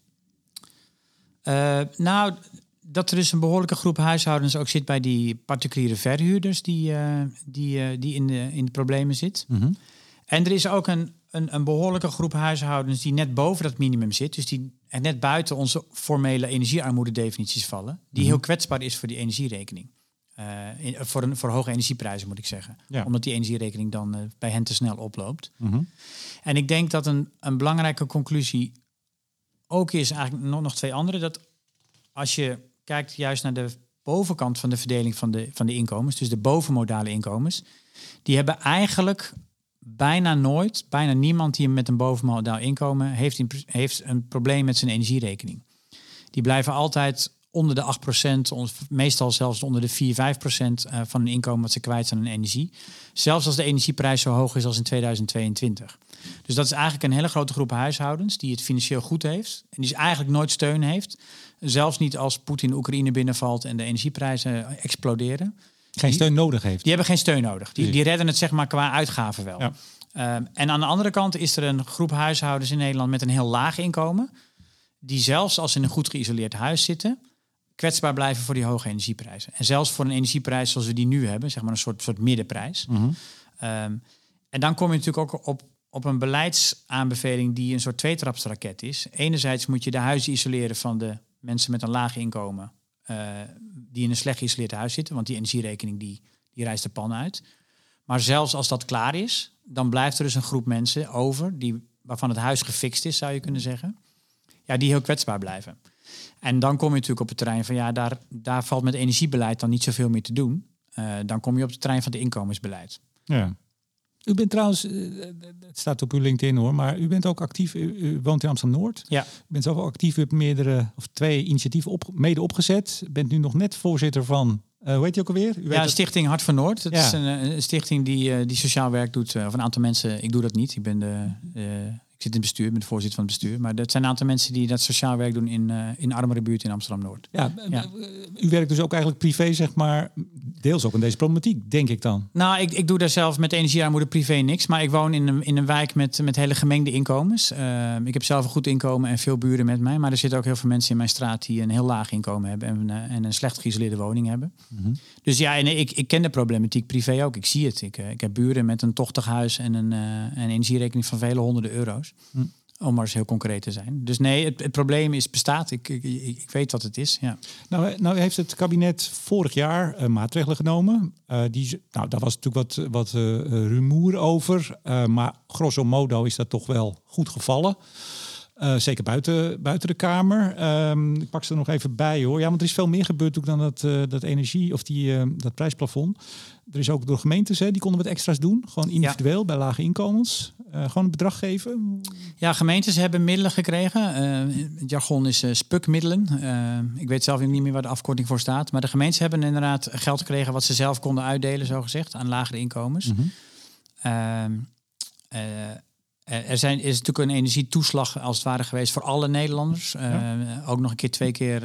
[SPEAKER 2] Dat er dus een behoorlijke groep huishoudens ook zit bij die particuliere verhuurders die in de problemen zit. Mm-hmm. En er is ook een behoorlijke groep huishoudens die net boven dat minimum zit. Dus die net buiten onze formele energiearmoede-definities vallen. Die heel kwetsbaar is voor die energierekening. Voor hoge energieprijzen moet ik zeggen. Ja. Omdat die energierekening dan bij hen te snel oploopt. Mm-hmm. En ik denk dat een belangrijke conclusie ook is eigenlijk nog twee andere. Dat als je kijkt juist naar de bovenkant van de verdeling van de inkomens, dus de bovenmodale inkomens, die hebben eigenlijk bijna niemand die met een bovenmodaal inkomen heeft een probleem met zijn energierekening. Die blijven altijd onder de 8%, meestal zelfs onder de 4-5% van hun inkomen wat ze kwijt zijn aan energie. Zelfs als de energieprijs zo hoog is als in 2022. Dus dat is eigenlijk een hele grote groep huishoudens die het financieel goed heeft en die eigenlijk nooit steun heeft. Zelfs niet als Poetin Oekraïne binnenvalt en de energieprijzen exploderen.
[SPEAKER 1] Geen steun nodig heeft.
[SPEAKER 2] Die hebben geen steun nodig. Die redden het zeg maar qua uitgaven wel. Ja. En aan de andere kant is er een groep huishoudens in Nederland met een heel laag inkomen. Die zelfs als ze in een goed geïsoleerd huis zitten, kwetsbaar blijven voor die hoge energieprijzen. En zelfs voor een energieprijs zoals we die nu hebben, zeg maar een soort middenprijs. Mm-hmm. En dan kom je natuurlijk ook op een beleidsaanbeveling die een soort tweetrapsraket is. Enerzijds moet je de huizen isoleren van de mensen met een laag inkomen die in een slecht geïsoleerd huis zitten, want die energierekening die rijst de pan uit. Maar zelfs als dat klaar is, dan blijft er dus een groep mensen over waarvan het huis gefixt is, zou je kunnen zeggen. Ja, die heel kwetsbaar blijven. En dan kom je natuurlijk op het terrein van daar valt met energiebeleid dan niet zoveel meer te doen. Dan kom je op het terrein van het inkomensbeleid.
[SPEAKER 1] Ja. U bent trouwens, het staat op uw LinkedIn hoor, maar u bent ook actief. U woont in Amsterdam-Noord.
[SPEAKER 2] Ja.
[SPEAKER 1] U bent zelf ook actief. U hebt 2 initiatieven mede opgezet. Bent nu nog net voorzitter van, hoe heet die ook alweer?
[SPEAKER 2] Stichting Hart van Noord. Dat is een stichting die sociaal werk doet. Of een aantal mensen, ik doe dat niet. Ik zit in het bestuur, ben de voorzitter van het bestuur. Maar dat zijn een aantal mensen die dat sociaal werk doen in armere buurt in Amsterdam-Noord.
[SPEAKER 1] Ja. U werkt dus ook eigenlijk privé, zeg maar, deels ook in deze problematiek, denk ik dan.
[SPEAKER 2] Nou, ik doe daar zelf met energiearmoede privé niks. Maar ik woon in een wijk met hele gemengde inkomens. Ik heb zelf een goed inkomen en veel buren met mij. Maar er zitten ook heel veel mensen in mijn straat die een heel laag inkomen hebben en een slecht geïsoleerde woning hebben. Mm-hmm. Dus ik ken de problematiek privé ook. Ik zie het. Ik heb buren met een tochtig huis en een energierekening van vele honderden euro's. Om maar eens heel concreet te zijn. Dus nee, het probleem bestaat. Ik weet wat het is. Ja.
[SPEAKER 1] Nou heeft het kabinet vorig jaar maatregelen genomen. Daar was natuurlijk wat rumoer over. Maar grosso modo is dat toch wel goed gevallen. Zeker buiten de Kamer. Ik pak ze er nog even bij hoor. Ja, want er is veel meer gebeurd ook dan dat energie of dat prijsplafond. Er is ook door gemeentes, die konden wat extra's doen. Gewoon individueel bij lage inkomens. Gewoon een bedrag geven.
[SPEAKER 2] Ja, gemeentes hebben middelen gekregen. Het jargon is SPUC-middelen. Ik weet zelf niet meer waar de afkorting voor staat. Maar de gemeentes hebben inderdaad geld gekregen wat ze zelf konden uitdelen, zo gezegd, aan lagere inkomens. Mm-hmm. Er is natuurlijk een energietoeslag als het ware geweest voor alle Nederlanders. Ook nog een keer 2 keer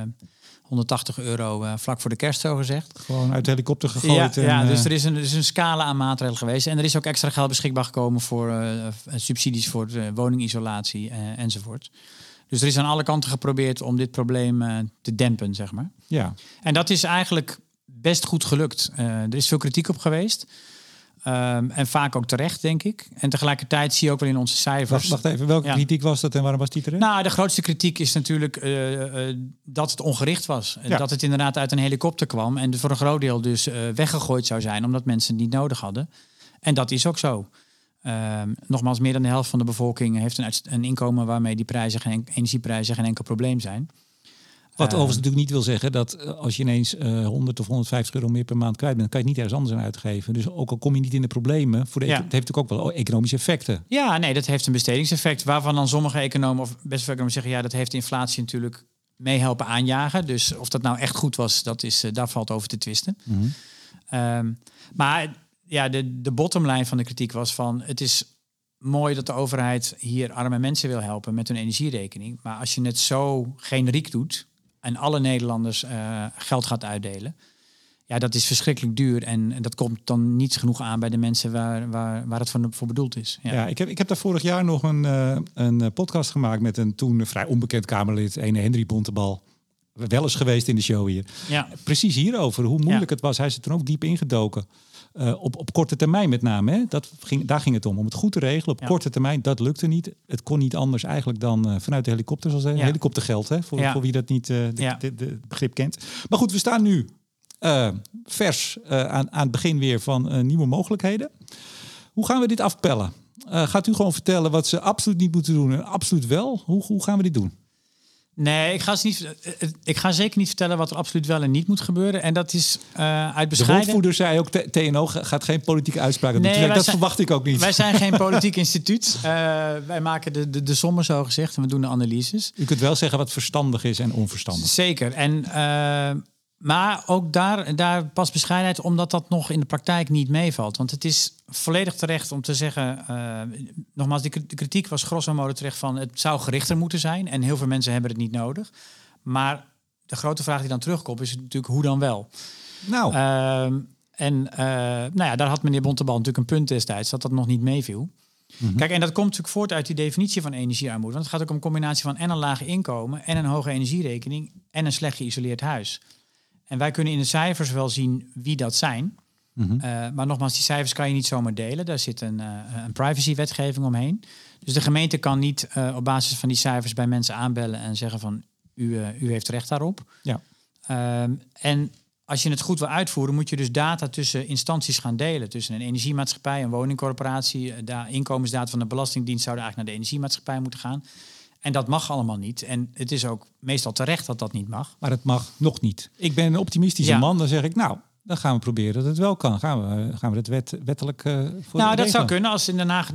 [SPEAKER 2] €180 vlak voor de kerst, zo gezegd.
[SPEAKER 1] Gewoon uit de helikopter gegooid.
[SPEAKER 2] Dus er is een scala aan maatregelen geweest. En er is ook extra geld beschikbaar gekomen voor subsidies voor woningisolatie enzovoort. Dus er is aan alle kanten geprobeerd om dit probleem te dempen, zeg maar. Ja. En dat is eigenlijk best goed gelukt. Er is veel kritiek op geweest. En vaak ook terecht, denk ik. En tegelijkertijd zie je ook wel in onze cijfers...
[SPEAKER 1] Wacht even, welke kritiek was dat en waarom was die terecht?
[SPEAKER 2] Nou, de grootste kritiek is natuurlijk dat het ongericht was. Ja. Dat het inderdaad uit een helikopter kwam en voor een groot deel dus weggegooid zou zijn, omdat mensen het niet nodig hadden. En dat is ook zo. Nogmaals, meer dan de helft van de bevolking heeft een inkomen waarmee die energieprijzen geen enkel probleem zijn.
[SPEAKER 1] Wat overigens natuurlijk niet wil zeggen dat als je ineens 100 of 150 euro meer per maand kwijt bent, dan kan je het niet ergens anders aan uitgeven. Dus ook al kom je niet in de problemen, het heeft natuurlijk ook wel economische effecten.
[SPEAKER 2] Ja, nee, dat heeft een bestedingseffect. Waarvan dan sommige economen of best veel economen zeggen, dat heeft inflatie natuurlijk mee helpen aanjagen. Dus of dat nou echt goed was, daar valt over te twisten. Mm-hmm. Maar ja, de bottomline van de kritiek was van, het is mooi dat de overheid hier arme mensen wil helpen met hun energierekening. Maar als je het zo generiek doet en alle Nederlanders geld gaat uitdelen, ja, dat is verschrikkelijk duur. En dat komt dan niet genoeg aan bij de mensen waar het voor bedoeld is.
[SPEAKER 1] Ja, ik heb daar vorig jaar nog een podcast gemaakt met een toen vrij onbekend Kamerlid, ene Henry Bontebal. Wel eens geweest in de show hier. Ja. Precies hierover, hoe moeilijk het was. Hij is er toen ook diep ingedoken. Op korte termijn met name. Hè? Daar ging het om het goed te regelen. Op korte termijn, dat lukte niet. Het kon niet anders eigenlijk dan vanuit de helikopter. Zoals helikoptergeld, hè? Voor wie dat niet de begrip kent. Maar goed, we staan nu vers aan het begin weer van nieuwe mogelijkheden. Hoe gaan we dit afpellen? Gaat u gewoon vertellen wat ze absoluut niet moeten doen en absoluut wel? Hoe gaan we dit doen?
[SPEAKER 2] Nee, ik ga zeker niet vertellen wat er absoluut wel en niet moet gebeuren. En dat is uit bescheiden...
[SPEAKER 1] De woordvoerder zei ook, TNO gaat geen politieke uitspraken doen. Dat verwacht ik ook niet.
[SPEAKER 2] Wij zijn geen politiek instituut. Wij maken de sommen zo gezegd en we doen de analyses.
[SPEAKER 1] U kunt wel zeggen wat verstandig is en onverstandig.
[SPEAKER 2] Zeker. Maar ook daar past bescheidenheid, omdat dat nog in de praktijk niet meevalt. Want het is volledig terecht om te zeggen... nogmaals, de kritiek was grosso modo terecht van... het zou gerichter moeten zijn en heel veel mensen hebben het niet nodig. Maar de grote vraag die dan terugkomt is natuurlijk hoe dan wel?
[SPEAKER 1] Nou.
[SPEAKER 2] Daar had meneer Bontebal natuurlijk een punt destijds... dat nog niet meeviel. Mm-hmm. Kijk, en dat komt natuurlijk voort uit die definitie van energiearmoede. Want het gaat ook om een combinatie van en een laag inkomen... en een hoge energierekening en een slecht geïsoleerd huis... En wij kunnen in de cijfers wel zien wie dat zijn. Mm-hmm. Maar nogmaals, die cijfers kan je niet zomaar delen. Daar zit een privacywetgeving omheen. Dus de gemeente kan niet op basis van die cijfers bij mensen aanbellen en zeggen van u heeft recht daarop.
[SPEAKER 1] Ja.
[SPEAKER 2] En als je het goed wil uitvoeren, moet je dus data tussen instanties gaan delen. Tussen een energiemaatschappij, een woningcorporatie. De inkomensdata van de Belastingdienst zouden eigenlijk naar de energiemaatschappij moeten gaan. En dat mag allemaal niet. En het is ook meestal terecht dat dat niet mag.
[SPEAKER 1] Maar het mag nog niet. Ik ben een optimistische man. Dan zeg ik, dan gaan we proberen dat het wel kan. Gaan we het wettelijk voor
[SPEAKER 2] dat zou kunnen. Als in Den Haag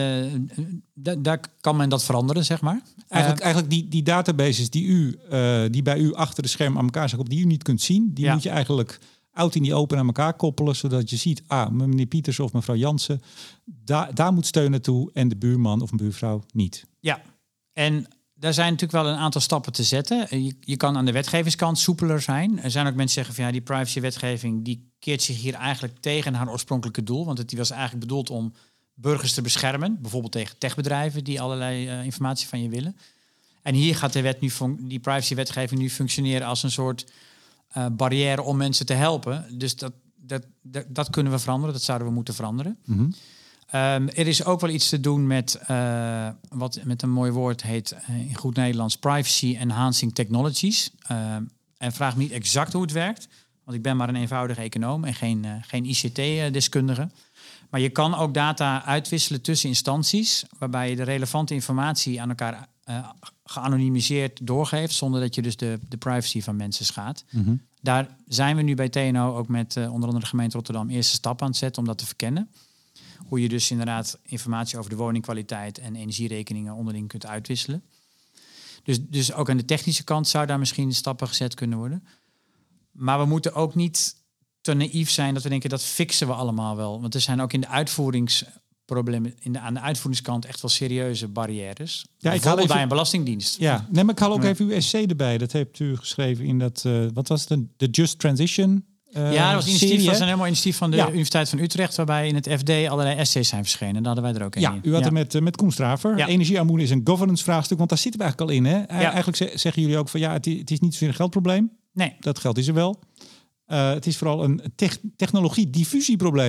[SPEAKER 2] daar kan men dat veranderen, zeg maar.
[SPEAKER 1] Eigenlijk die databases die bij u achter de scherm aan elkaar zijn, die u niet kunt zien, die moet je eigenlijk out in die open aan elkaar koppelen, zodat je ziet, meneer Pieters of mevrouw Jansen, daar moet steun naartoe en de buurman of een buurvrouw niet.
[SPEAKER 2] Ja. En daar zijn natuurlijk wel een aantal stappen te zetten. Je kan aan de wetgevingskant soepeler zijn. Er zijn ook mensen die zeggen van die privacywetgeving die keert zich hier eigenlijk tegen haar oorspronkelijke doel. Want die was eigenlijk bedoeld om burgers te beschermen. Bijvoorbeeld tegen techbedrijven die allerlei informatie van je willen. En hier gaat die privacywetgeving nu functioneren als een soort barrière om mensen te helpen. Dus dat kunnen we veranderen. Dat zouden we moeten veranderen. Mm-hmm. Er is ook wel iets te doen met wat met een mooi woord heet in goed Nederlands privacy enhancing technologies. En vraag me niet exact hoe het werkt, want ik ben maar een eenvoudige econoom en geen ICT-deskundige. Maar je kan ook data uitwisselen tussen instanties, waarbij je de relevante informatie aan elkaar geanonimiseerd doorgeeft, zonder dat je dus de privacy van mensen schaadt. Mm-hmm. Daar zijn we nu bij TNO ook met onder andere de gemeente Rotterdam eerste stap aan het zetten om dat te verkennen. Hoe je dus inderdaad informatie over de woningkwaliteit en energierekeningen onderling kunt uitwisselen. Dus ook aan de technische kant zou daar misschien stappen gezet kunnen worden. Maar we moeten ook niet te naïef zijn dat we denken dat fixen we allemaal wel. Want er zijn ook in de uitvoeringsproblemen, aan de uitvoeringskant echt wel serieuze barrières. Ja, bijvoorbeeld bij een belastingdienst.
[SPEAKER 1] Ja, maar ik haal ook even uw essay erbij. Dat hebt u geschreven in dat, wat was het, de Just Transition.
[SPEAKER 2] Dat was een helemaal initiatief van de Universiteit van Utrecht, waarbij in het FD allerlei essays zijn verschenen. En daar hadden wij er ook een in.
[SPEAKER 1] U had er met Koen Straver. Ja. Energiearmoede is een governance vraagstuk, want daar zitten we eigenlijk al in. Hè? Eigenlijk zeggen jullie ook van het is niet zozeer een geldprobleem.
[SPEAKER 2] Nee.
[SPEAKER 1] Dat geld is er wel. Het is vooral een technologie-diffusieprobleem.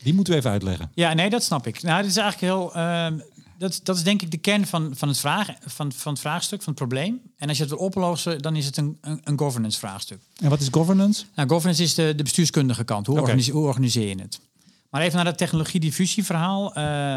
[SPEAKER 1] Die moeten we even uitleggen.
[SPEAKER 2] Ja, nee, dat snap ik. Nou, dit is eigenlijk heel... Dat is denk ik de kern van het vraagstuk, van het probleem. En als je het wil oplossen, dan is het een governance vraagstuk.
[SPEAKER 1] En wat is governance?
[SPEAKER 2] Nou, governance is de bestuurskundige kant. Hoe organiseer je het? Maar even naar dat technologie-diffusieverhaal.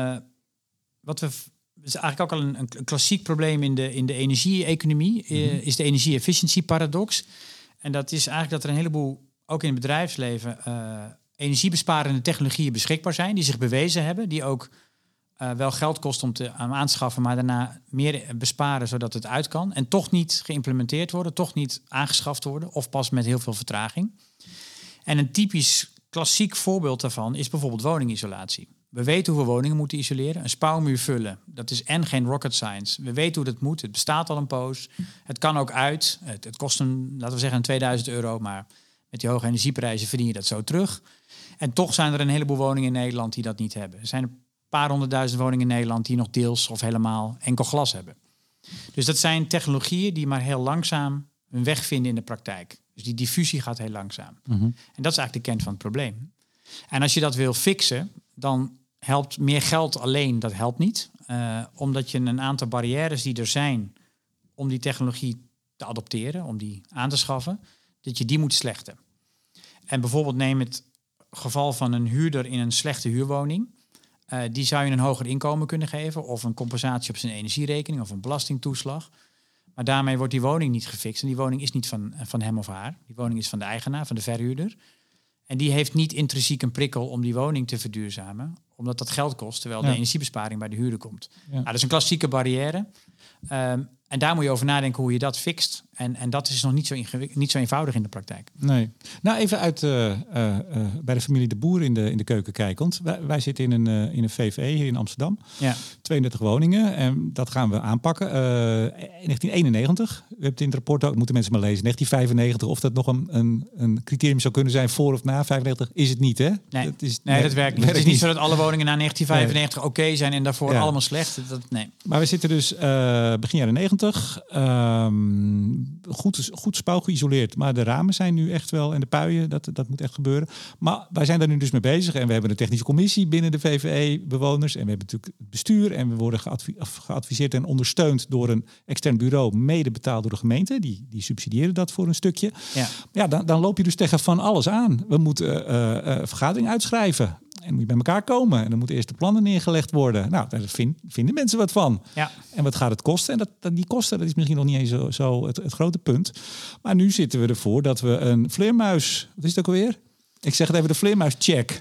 [SPEAKER 2] Het is eigenlijk ook al een klassiek probleem in de energie-economie. Is de energie-efficiency-paradox. En dat is eigenlijk dat er een heleboel, ook in het bedrijfsleven, energiebesparende technologieën beschikbaar zijn. Die zich bewezen hebben. Die ook wel geld kost om aanschaffen, maar daarna meer besparen zodat het uit kan. En toch niet geïmplementeerd worden, toch niet aangeschaft worden. Of pas met heel veel vertraging. En een typisch klassiek voorbeeld daarvan is bijvoorbeeld woningisolatie. We weten hoe we woningen moeten isoleren. Een spouwmuur vullen, dat is geen rocket science. We weten hoe dat moet, het bestaat al een poos. Het kan ook uit. Het kost laten we zeggen, €2000, maar met die hoge energieprijzen verdien je dat zo terug. En toch zijn er een heleboel woningen in Nederland die dat niet hebben. Er zijn een paar 100.000 woningen in Nederland die nog deels of helemaal enkel glas hebben. Dus dat zijn technologieën die maar heel langzaam hun weg vinden in de praktijk. Dus die diffusie gaat heel langzaam. En dat is eigenlijk de kern van het probleem. En als je dat wil fixen, dan helpt meer geld alleen, dat helpt niet. Omdat je een aantal barrières die er zijn om die technologie te adopteren, om die aan te schaffen, dat je die moet slechten. En bijvoorbeeld neem het geval van een huurder in een slechte huurwoning. Die zou je een hoger inkomen kunnen geven, of een compensatie op zijn energierekening of een belastingtoeslag. Maar daarmee wordt die woning niet gefixt. En die woning is niet van hem of haar. Die woning is van de eigenaar, van de verhuurder. En die heeft niet intrinsiek een prikkel om die woning te verduurzamen. Omdat dat geld kost, terwijl de energiebesparing bij de huurder komt. Ja. Nou, dat is een klassieke barrière. En daar moet je over nadenken hoe je dat fixt. En dat is nog niet zo eenvoudig in de praktijk.
[SPEAKER 1] Nee. Nou, even uit bij de familie De Boer in de keuken kijkend. Wij zitten in een VVE hier in Amsterdam. Ja. 32 woningen. En dat gaan we aanpakken. 1991. We hebben het in het rapport ook, moeten mensen maar lezen. 1995. Of dat nog een criterium zou kunnen zijn voor of na 95. Is het niet, hè?
[SPEAKER 2] Nee, dat werkt niet. Het is niet zo dat alle woningen na 1995 oké zijn en daarvoor allemaal slecht. Nee.
[SPEAKER 1] Maar we zitten dus begin jaren 90. Goed spouw geïsoleerd. Maar de ramen zijn nu echt wel, en de puien, dat moet echt gebeuren. Maar wij zijn daar nu dus mee bezig. En we hebben een technische commissie binnen de VVE-bewoners. En we hebben natuurlijk het bestuur. En we worden geadviseerd en ondersteund door een extern bureau. Mede betaald door de gemeente. Die subsidiëren dat voor een stukje. Ja, dan loop je dus tegen van alles aan. We moeten vergadering uitschrijven. En moet je bij elkaar komen. En dan moeten eerst de plannen neergelegd worden. Nou, daar vinden mensen wat van. Ja. En wat gaat het kosten? En die kosten, dat is misschien nog niet eens zo het grote punt. Maar nu zitten we ervoor dat we een vleermuis... Wat is het ook alweer? Ik zeg het even, de vleermuischeck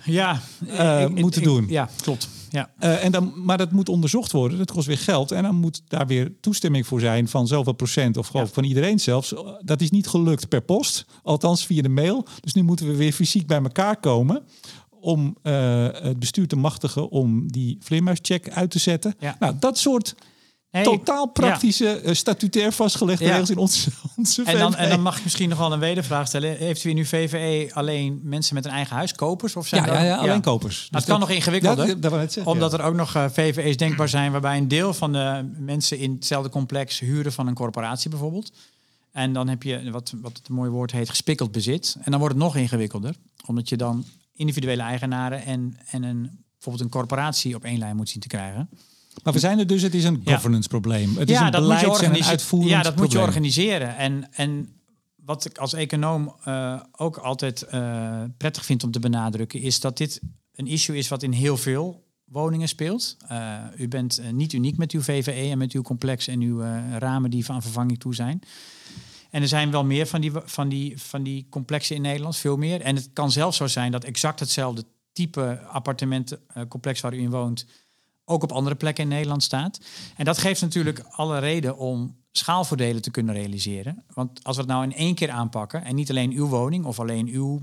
[SPEAKER 1] moeten doen.
[SPEAKER 2] Ja, klopt. Ja.
[SPEAKER 1] Maar dat moet onderzocht worden. Dat kost weer geld. En dan moet daar weer toestemming voor zijn van zoveel procent. Of gewoon van iedereen zelfs. Dat is niet gelukt per post. Althans via de mail. Dus nu moeten we weer fysiek bij elkaar komen om het bestuur te machtigen om die vleermuischeck uit te zetten. Ja. Nou, dat soort totaal praktische, statutair vastgelegde regels in onze VVE.
[SPEAKER 2] En dan mag ik misschien nog wel een wedervraag stellen. Heeft u in uw VVE alleen mensen met een eigen huis, kopers? Of zijn
[SPEAKER 1] alleen kopers.
[SPEAKER 2] Dus het kan nog ingewikkelder. Omdat er ook nog VVE's denkbaar zijn waarbij een deel van de mensen in hetzelfde complex huren van een corporatie bijvoorbeeld. En dan heb je, wat het mooie woord heet, gespikkeld bezit. En dan wordt het nog ingewikkelder. Omdat je dan individuele eigenaren en bijvoorbeeld een corporatie op één lijn moet zien te krijgen.
[SPEAKER 1] Maar we zijn er dus, het is een governance probleem. Het is een beleids- en een uitvoerend
[SPEAKER 2] probleem. Moet je organiseren. En wat ik als econoom ook altijd prettig vind om te benadrukken, is dat dit een issue is wat in heel veel woningen speelt. U bent niet uniek met uw VVE en met uw complex en uw ramen die aan vervanging toe zijn. En er zijn wel meer van die complexen in Nederland, veel meer. En het kan zelfs zo zijn dat exact hetzelfde type appartementencomplex waar u in woont ook op andere plekken in Nederland staat. En dat geeft natuurlijk alle reden om schaalvoordelen te kunnen realiseren. Want als we het nou in één keer aanpakken, en niet alleen uw woning of alleen uw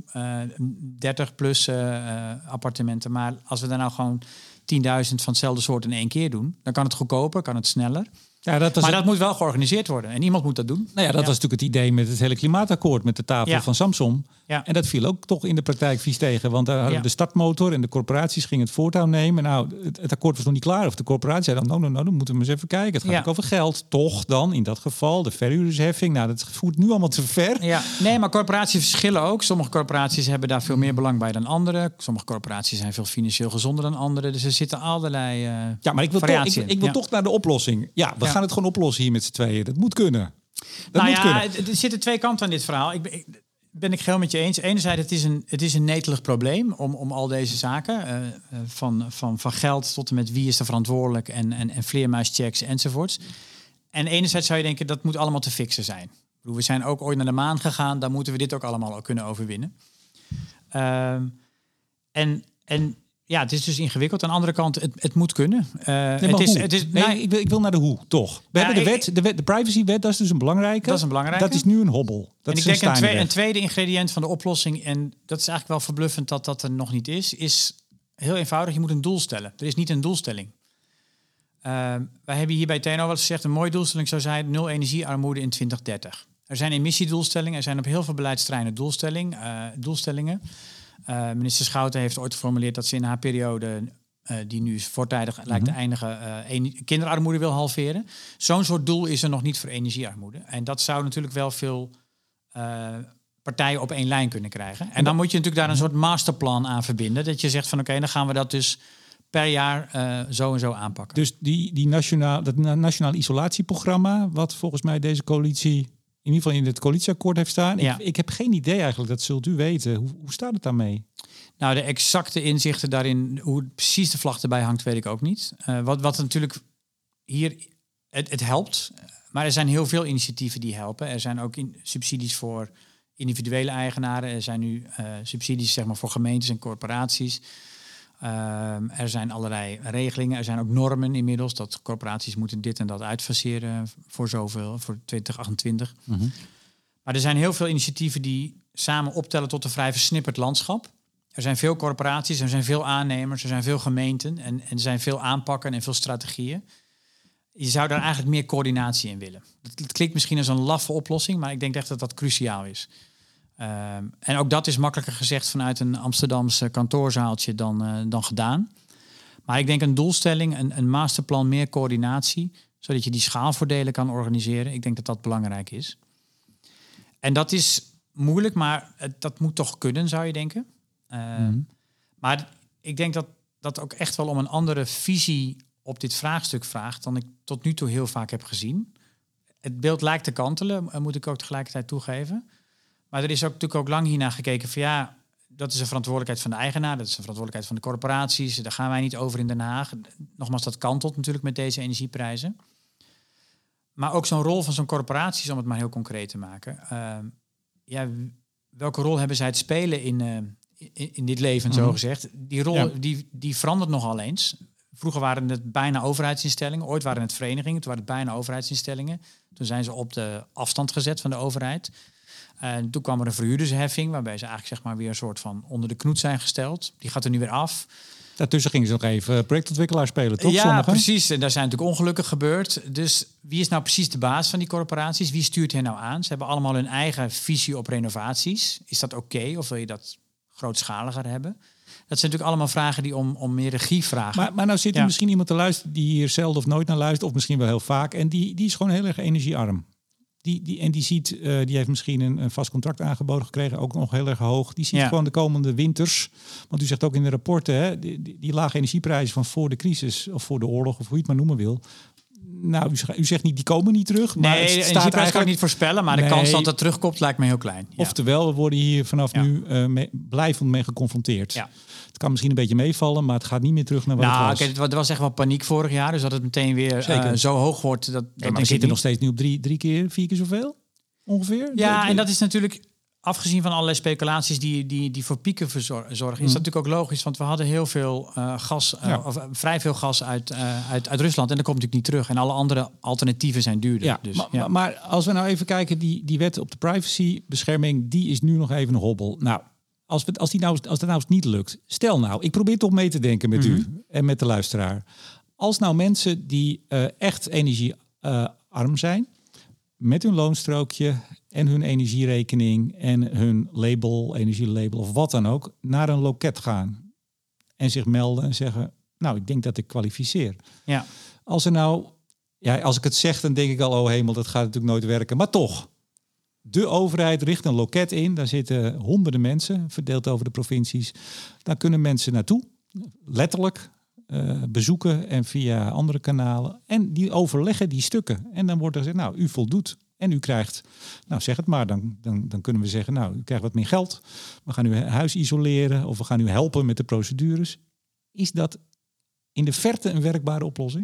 [SPEAKER 2] 30 plus appartementen, maar als we daar nou gewoon 10.000 van hetzelfde soort in één keer doen, dan kan het goedkoper, kan het sneller.
[SPEAKER 1] Ja,
[SPEAKER 2] dat moet wel georganiseerd worden. En iemand moet dat doen.
[SPEAKER 1] Nou ja, dat was natuurlijk het idee met het hele klimaatakkoord met de tafel van Samsung.
[SPEAKER 2] Ja.
[SPEAKER 1] En dat viel ook toch in de praktijk vies tegen. Want daar hadden we de startmotor en de corporaties gingen het voortouw nemen. Nou, het akkoord was nog niet klaar. Of de corporatie zei dan, nou, dan moeten we eens even kijken. Het gaat ook over geld. Toch dan, in dat geval, de verhuurdersheffing. Nou, dat voert nu allemaal te ver.
[SPEAKER 2] Ja. Nee, maar corporaties verschillen ook. Sommige corporaties hebben daar veel meer belang bij dan andere. Sommige corporaties zijn veel financieel gezonder dan andere. Dus er zitten allerlei
[SPEAKER 1] maar ik wil toch naar de oplossing. Ja, we gaan het gewoon oplossen hier met z'n tweeën. Dat moet kunnen.
[SPEAKER 2] Er zitten twee kanten aan dit verhaal. Ben ik geheel met je eens. Enerzijds, het is een netelig probleem om al deze zaken. Van geld tot en met wie is er verantwoordelijk en vleermuischecks enzovoorts. En enerzijds zou je denken, dat moet allemaal te fixen zijn. We zijn ook ooit naar de maan gegaan. Dan moeten we dit ook allemaal kunnen overwinnen. Ja, het is dus ingewikkeld. Aan de andere kant, het moet kunnen.
[SPEAKER 1] Ik wil naar de hoe, toch. We hebben de privacywet, dat is dus een belangrijke.
[SPEAKER 2] Dat is een belangrijke.
[SPEAKER 1] Dat is nu een hobbel.
[SPEAKER 2] Ik denk een tweede ingrediënt van de oplossing, en dat is eigenlijk wel verbluffend dat er nog niet is heel eenvoudig, je moet een doel stellen. Er is niet een doelstelling. Wij hebben hier bij TNO wel eens gezegd, een mooie doelstelling zou zijn 0 energiearmoede in 2030. Er zijn emissiedoelstellingen, er zijn op heel veel beleidsterreinen doelstellingen. Minister Schouten heeft ooit geformuleerd dat ze in haar periode, die nu voortijdig lijkt te eindigen, kinderarmoede wil halveren. Zo'n soort doel is er nog niet voor energiearmoede. En dat zou natuurlijk wel veel partijen op één lijn kunnen krijgen. En dan moet je natuurlijk daar een soort masterplan aan verbinden. Dat je zegt van oké, dan gaan we dat dus per jaar zo en zo aanpakken.
[SPEAKER 1] Dus dat nationaal isolatieprogramma, wat volgens mij deze coalitie in ieder geval in het coalitieakkoord heeft staan. Ja. Ik heb geen idee eigenlijk, dat zult u weten. Hoe staat het daarmee?
[SPEAKER 2] Nou, de exacte inzichten daarin, hoe precies de vlag erbij hangt, weet ik ook niet. Wat natuurlijk hier, het helpt. Maar er zijn heel veel initiatieven die helpen. Er zijn ook subsidies voor individuele eigenaren. Er zijn nu subsidies zeg maar, voor gemeentes en corporaties. Er zijn allerlei regelingen. Er zijn ook normen inmiddels. Dat corporaties moeten dit en dat uitfaseren voor zoveel, voor 2028. Mm-hmm. Maar er zijn heel veel initiatieven die samen optellen tot een vrij versnipperd landschap. Er zijn veel corporaties, er zijn veel aannemers, er zijn veel gemeenten en er zijn veel aanpakken en veel strategieën. Je zou daar eigenlijk meer coördinatie in willen. Het klinkt misschien als een laffe oplossing, maar ik denk echt dat dat cruciaal is. En ook dat is makkelijker gezegd vanuit een Amsterdamse kantoorzaaltje dan gedaan. Maar ik denk een doelstelling, een masterplan, meer coördinatie, zodat je die schaalvoordelen kan organiseren. Ik denk dat dat belangrijk is. En dat is moeilijk, maar dat moet toch kunnen, zou je denken. Maar ik denk dat dat ook echt wel om een andere visie op dit vraagstuk vraagt dan ik tot nu toe heel vaak heb gezien. Het beeld lijkt te kantelen, moet ik ook tegelijkertijd toegeven. Maar er is ook natuurlijk ook lang hiernaar gekeken van ja, dat is een verantwoordelijkheid van de eigenaar, dat is een verantwoordelijkheid van de corporaties. Daar gaan wij niet over in Den Haag. Nogmaals, dat kantelt natuurlijk met deze energieprijzen. Maar ook zo'n rol van zo'n corporaties, om het maar heel concreet te maken. Welke rol hebben zij te spelen in dit leven, zo gezegd? Die rol die verandert nogal eens. Vroeger waren het bijna overheidsinstellingen. Ooit waren het verenigingen, toen waren het bijna overheidsinstellingen. Toen zijn ze op de afstand gezet van de overheid. En toen kwam er een verhuurdersheffing, waarbij ze eigenlijk zeg maar weer een soort van onder de knoet zijn gesteld. Die gaat er nu weer af.
[SPEAKER 1] Daartussen gingen ze nog even projectontwikkelaar spelen, toch?
[SPEAKER 2] Ja,
[SPEAKER 1] sommigen?
[SPEAKER 2] Precies. En daar zijn natuurlijk ongelukken gebeurd. Dus wie is nou precies de baas van die corporaties? Wie stuurt hen nou aan? Ze hebben allemaal hun eigen visie op renovaties. Is dat oké? Of wil je dat grootschaliger hebben? Dat zijn natuurlijk allemaal vragen die om meer regie vragen.
[SPEAKER 1] Maar nou zit er misschien iemand te luisteren die hier zelden of nooit naar luistert, of misschien wel heel vaak. En die is gewoon heel erg energiearm. Die heeft misschien een vast contract aangeboden gekregen, ook nog heel erg hoog. Die ziet gewoon de komende winters. Want u zegt ook in de rapporten, hè, die lage energieprijzen van voor de crisis of voor de oorlog, of hoe je het maar noemen wil. Nou, u zegt niet, die komen niet terug. Maar
[SPEAKER 2] nee, de energieprijs kan ik niet voorspellen, maar de kans dat het terugkomt lijkt me heel klein. Ja.
[SPEAKER 1] Oftewel, we worden hier vanaf nu blijvend mee geconfronteerd. Ja. Het kan misschien een beetje meevallen, maar het gaat niet meer terug naar wat het was.
[SPEAKER 2] Er was echt wel paniek vorig jaar, dus dat het meteen weer zo hoog wordt. Dat
[SPEAKER 1] we zitten nog steeds nu op 3 keer, 4 keer zoveel, ongeveer.
[SPEAKER 2] Ja, en dat is natuurlijk, afgezien van allerlei speculaties die voor pieken zorgen, is dat natuurlijk ook logisch, want we hadden heel veel gas, of vrij veel gas uit Rusland en dat komt natuurlijk niet terug. En alle andere alternatieven zijn duurder.
[SPEAKER 1] Ja, dus, maar als we nou even kijken, die wet op de privacybescherming, die is nu nog even een hobbel. Nou, als dat nou eens niet lukt, stel nou, ik probeer toch mee te denken met u en met de luisteraar. Als nou mensen die echt arm zijn, met hun loonstrookje en hun energierekening en hun label, energielabel of wat dan ook, naar een loket gaan en zich melden en zeggen, nou, ik denk dat ik kwalificeer.
[SPEAKER 2] Ja.
[SPEAKER 1] Als ik het zeg, dan denk ik al, oh hemel, dat gaat natuurlijk nooit werken. Maar toch, de overheid richt een loket in. Daar zitten honderden mensen, verdeeld over de provincies. Daar kunnen mensen naartoe, letterlijk bezoeken en via andere kanalen. En die overleggen die stukken. En dan wordt er gezegd, nou, u voldoet. En u krijgt, nou zeg het maar, dan kunnen we zeggen, nou, u krijgt wat meer geld. We gaan uw huis isoleren of we gaan u helpen met de procedures. Is dat in de verte een werkbare oplossing?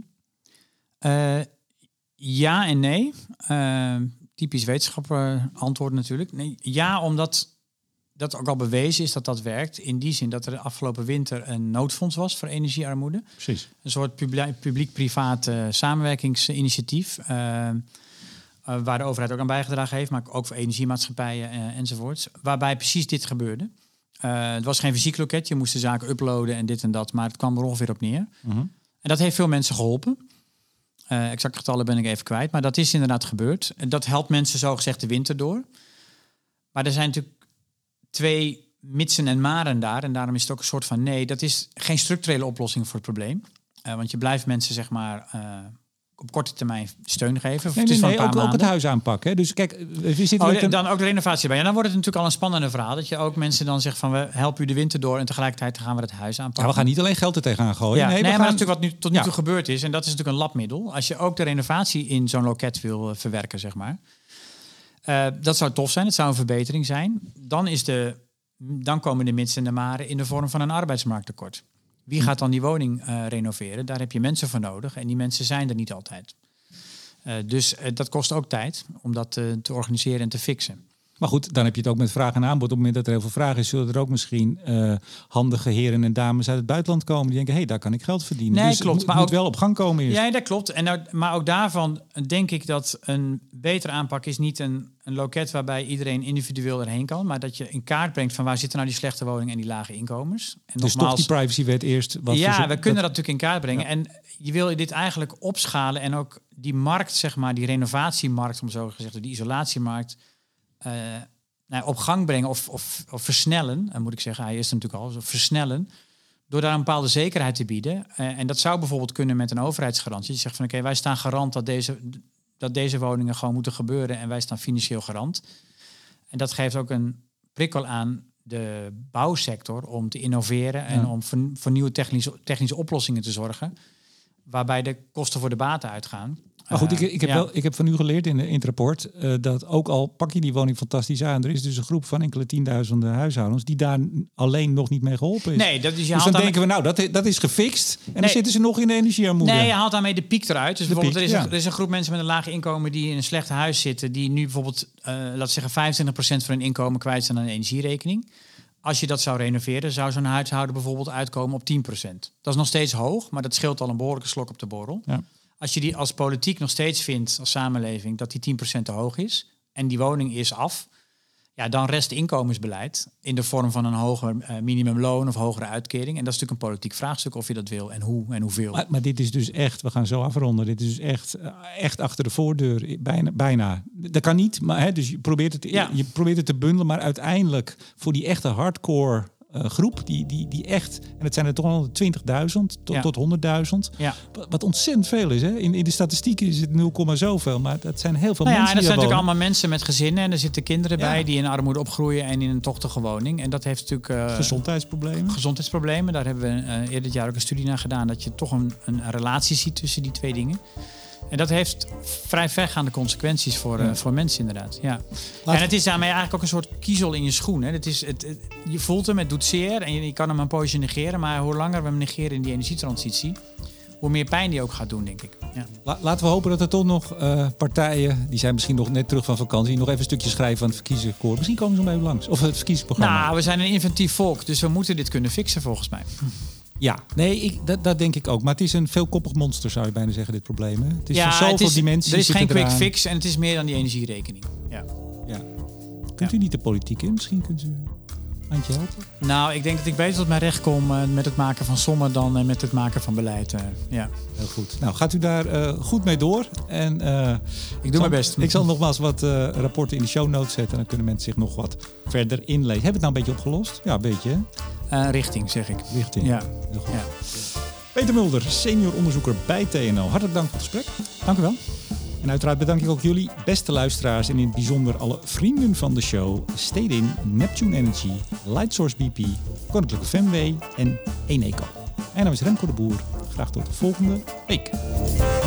[SPEAKER 2] Ja en nee. Typisch wetenschapper antwoord natuurlijk. Nee, ja, omdat dat ook al bewezen is dat dat werkt. In die zin dat er de afgelopen winter een noodfonds was voor energiearmoede.
[SPEAKER 1] Precies.
[SPEAKER 2] Een soort publiek-privaat samenwerkingsinitiatief. Waar de overheid ook aan bijgedragen heeft. Maar ook voor energiemaatschappijen enzovoorts. Waarbij precies dit gebeurde. Het was geen fysiek loket. Je moest de zaken uploaden en dit en dat. Maar het kwam er ongeveer op neer. En dat heeft veel mensen geholpen. Exacte getallen ben ik even kwijt. Maar dat is inderdaad gebeurd. Dat helpt mensen zogezegd de winter door. Maar er zijn natuurlijk 2 mitsen en maren daar. En daarom is het ook een soort van nee. Dat is geen structurele oplossing voor het probleem. Want je blijft mensen zeg maar op korte termijn steun geven.
[SPEAKER 1] Nee, ook het huis aanpakken. Hè? Dus kijk, we zitten
[SPEAKER 2] dan ook de renovatie bij. Ja, dan wordt het natuurlijk al een spannende verhaal. Dat je ook mensen dan zegt van we helpen u de winter door. En tegelijkertijd gaan we het huis aanpakken.
[SPEAKER 1] Ja, we gaan niet alleen geld er tegenaan gooien.
[SPEAKER 2] Ja, maar dat is natuurlijk wat tot nu toe gebeurd is. En dat is natuurlijk een labmiddel. Als je ook de renovatie in zo'n loket wil verwerken, zeg maar. Dat zou tof zijn. Het zou een verbetering zijn. Dan komen de mitsen en de maren in de vorm van een arbeidsmarkttekort. Wie gaat dan die woning renoveren? Daar heb je mensen voor nodig. En die mensen zijn er niet altijd. Dus dat kost ook tijd om dat te organiseren en te fixen.
[SPEAKER 1] Maar goed, dan heb je het ook met vraag en aanbod. Op het moment dat er heel veel vraag is, zullen er ook misschien handige heren en dames uit het buitenland komen. Die denken, daar kan ik geld verdienen.
[SPEAKER 2] Nee,
[SPEAKER 1] dus
[SPEAKER 2] klopt.
[SPEAKER 1] Het moet wel op gang komen eerst.
[SPEAKER 2] Ja, dat klopt. Maar ook daarvan denk ik dat een betere aanpak is niet een loket waarbij iedereen individueel erheen kan. Maar dat je in kaart brengt van waar zitten nou die slechte woningen en die lage inkomens. En
[SPEAKER 1] dus toch die privacywet eerst.
[SPEAKER 2] We kunnen dat natuurlijk in kaart brengen. Ja. En je wil dit eigenlijk opschalen en ook die markt, zeg maar, die renovatiemarkt, om zo gezegd, die isolatiemarkt, op gang brengen of versnellen, moet ik zeggen. Hij is natuurlijk al, versnellen, door daar een bepaalde zekerheid te bieden. En dat zou bijvoorbeeld kunnen met een overheidsgarantie. Je zegt van oké, wij staan garant dat deze woningen gewoon moeten gebeuren en wij staan financieel garant. En dat geeft ook een prikkel aan de bouwsector om te innoveren en om voor nieuwe technische oplossingen te zorgen, waarbij de kosten voor de baten uitgaan.
[SPEAKER 1] Maar goed, ik heb van u geleerd in het rapport dat ook al pak je die woning fantastisch aan, er is dus een groep van enkele tienduizenden huishoudens die daar alleen nog niet mee geholpen is.
[SPEAKER 2] Nee, dus
[SPEAKER 1] dan denken we, nou, dat is gefixt. En dan zitten ze nog in de energiearmoede.
[SPEAKER 2] Nee, je haalt daarmee de piek eruit. Dus bijvoorbeeld, er is een groep mensen met een laag inkomen die in een slecht huis zitten, die nu bijvoorbeeld, laten we zeggen, 25% van hun inkomen kwijt zijn aan een energierekening. Als je dat zou renoveren, zou zo'n huishouden bijvoorbeeld uitkomen op 10%. Dat is nog steeds hoog, maar dat scheelt al een behoorlijke slok op de borrel. Ja. Als je die als politiek nog steeds vindt, als samenleving, dat die 10% te hoog is en die woning is af, ja, dan rest inkomensbeleid in de vorm van een hoger minimumloon of hogere uitkering. En dat is natuurlijk een politiek vraagstuk of je dat wil en hoe en hoeveel.
[SPEAKER 1] Maar dit is dus echt, we gaan zo afronden, dit is dus echt achter de voordeur, bijna. Dat kan niet, maar dus je probeert het te bundelen, maar uiteindelijk voor die echte hardcore groep, die echt, en het zijn er toch al 20.000 tot 100.000. Ja. Wat ontzettend veel is. Hè? In de statistieken is het 0, zoveel, maar dat zijn heel veel mensen.
[SPEAKER 2] Ja, en dat zijn natuurlijk allemaal mensen met gezinnen en er zitten kinderen bij die in armoede opgroeien en in een tochtige woning. En dat heeft natuurlijk gezondheidsproblemen. Daar hebben we eerder dit jaar ook een studie naar gedaan, dat je toch een relatie ziet tussen die twee dingen. En dat heeft vrij vergaande consequenties voor mensen inderdaad. Ja. En het is daarmee eigenlijk ook een soort kiezel in je schoen. Hè. Je voelt hem, het doet zeer en je kan hem een poosje negeren. Maar hoe langer we hem negeren in die energietransitie, hoe meer pijn die ook gaat doen, denk ik. Ja.
[SPEAKER 1] Laten we hopen dat er toch nog partijen, die zijn misschien nog net terug van vakantie, nog even een stukje schrijven van het verkiezingsakkoord. Misschien komen ze nog even langs. Of het verkiezingsprogramma.
[SPEAKER 2] Nou, we zijn een inventief volk, dus we moeten dit kunnen fixen volgens mij.
[SPEAKER 1] Ja, nee, dat denk ik ook. Maar het is een veelkoppig monster, zou je bijna zeggen, dit probleem. Hè? Het is van zoveel dimensies.
[SPEAKER 2] Er is geen quick fix en het is meer dan die energierekening. Ja.
[SPEAKER 1] Kunt u niet de politiek in? Misschien kunt u... Handje helpen?
[SPEAKER 2] Nou, ik denk dat ik beter tot mijn recht kom met het maken van sommen dan met het maken van beleid. Ja.
[SPEAKER 1] Heel goed. Nou, gaat u daar goed mee door. En,
[SPEAKER 2] ik doe mijn best.
[SPEAKER 1] Ik zal nogmaals wat rapporten in de show notes zetten. Dan kunnen mensen zich nog wat verder inlezen. Hebben we het nou een beetje opgelost? Ja, een beetje.
[SPEAKER 2] Richting, zeg ik.
[SPEAKER 1] Richting.
[SPEAKER 2] Ja.
[SPEAKER 1] Heel goed.
[SPEAKER 2] Ja.
[SPEAKER 1] Peter Mulder, senior onderzoeker bij TNO. Hartelijk dank voor het gesprek.
[SPEAKER 2] Dank u wel.
[SPEAKER 1] En uiteraard bedank ik ook jullie, beste luisteraars, en in het bijzonder alle vrienden van de show, Stedin, Neptune Energy, Lightsource BP, Koninklijke Femway en Eneco. Mijn naam is Remco de Boer. Graag tot de volgende week.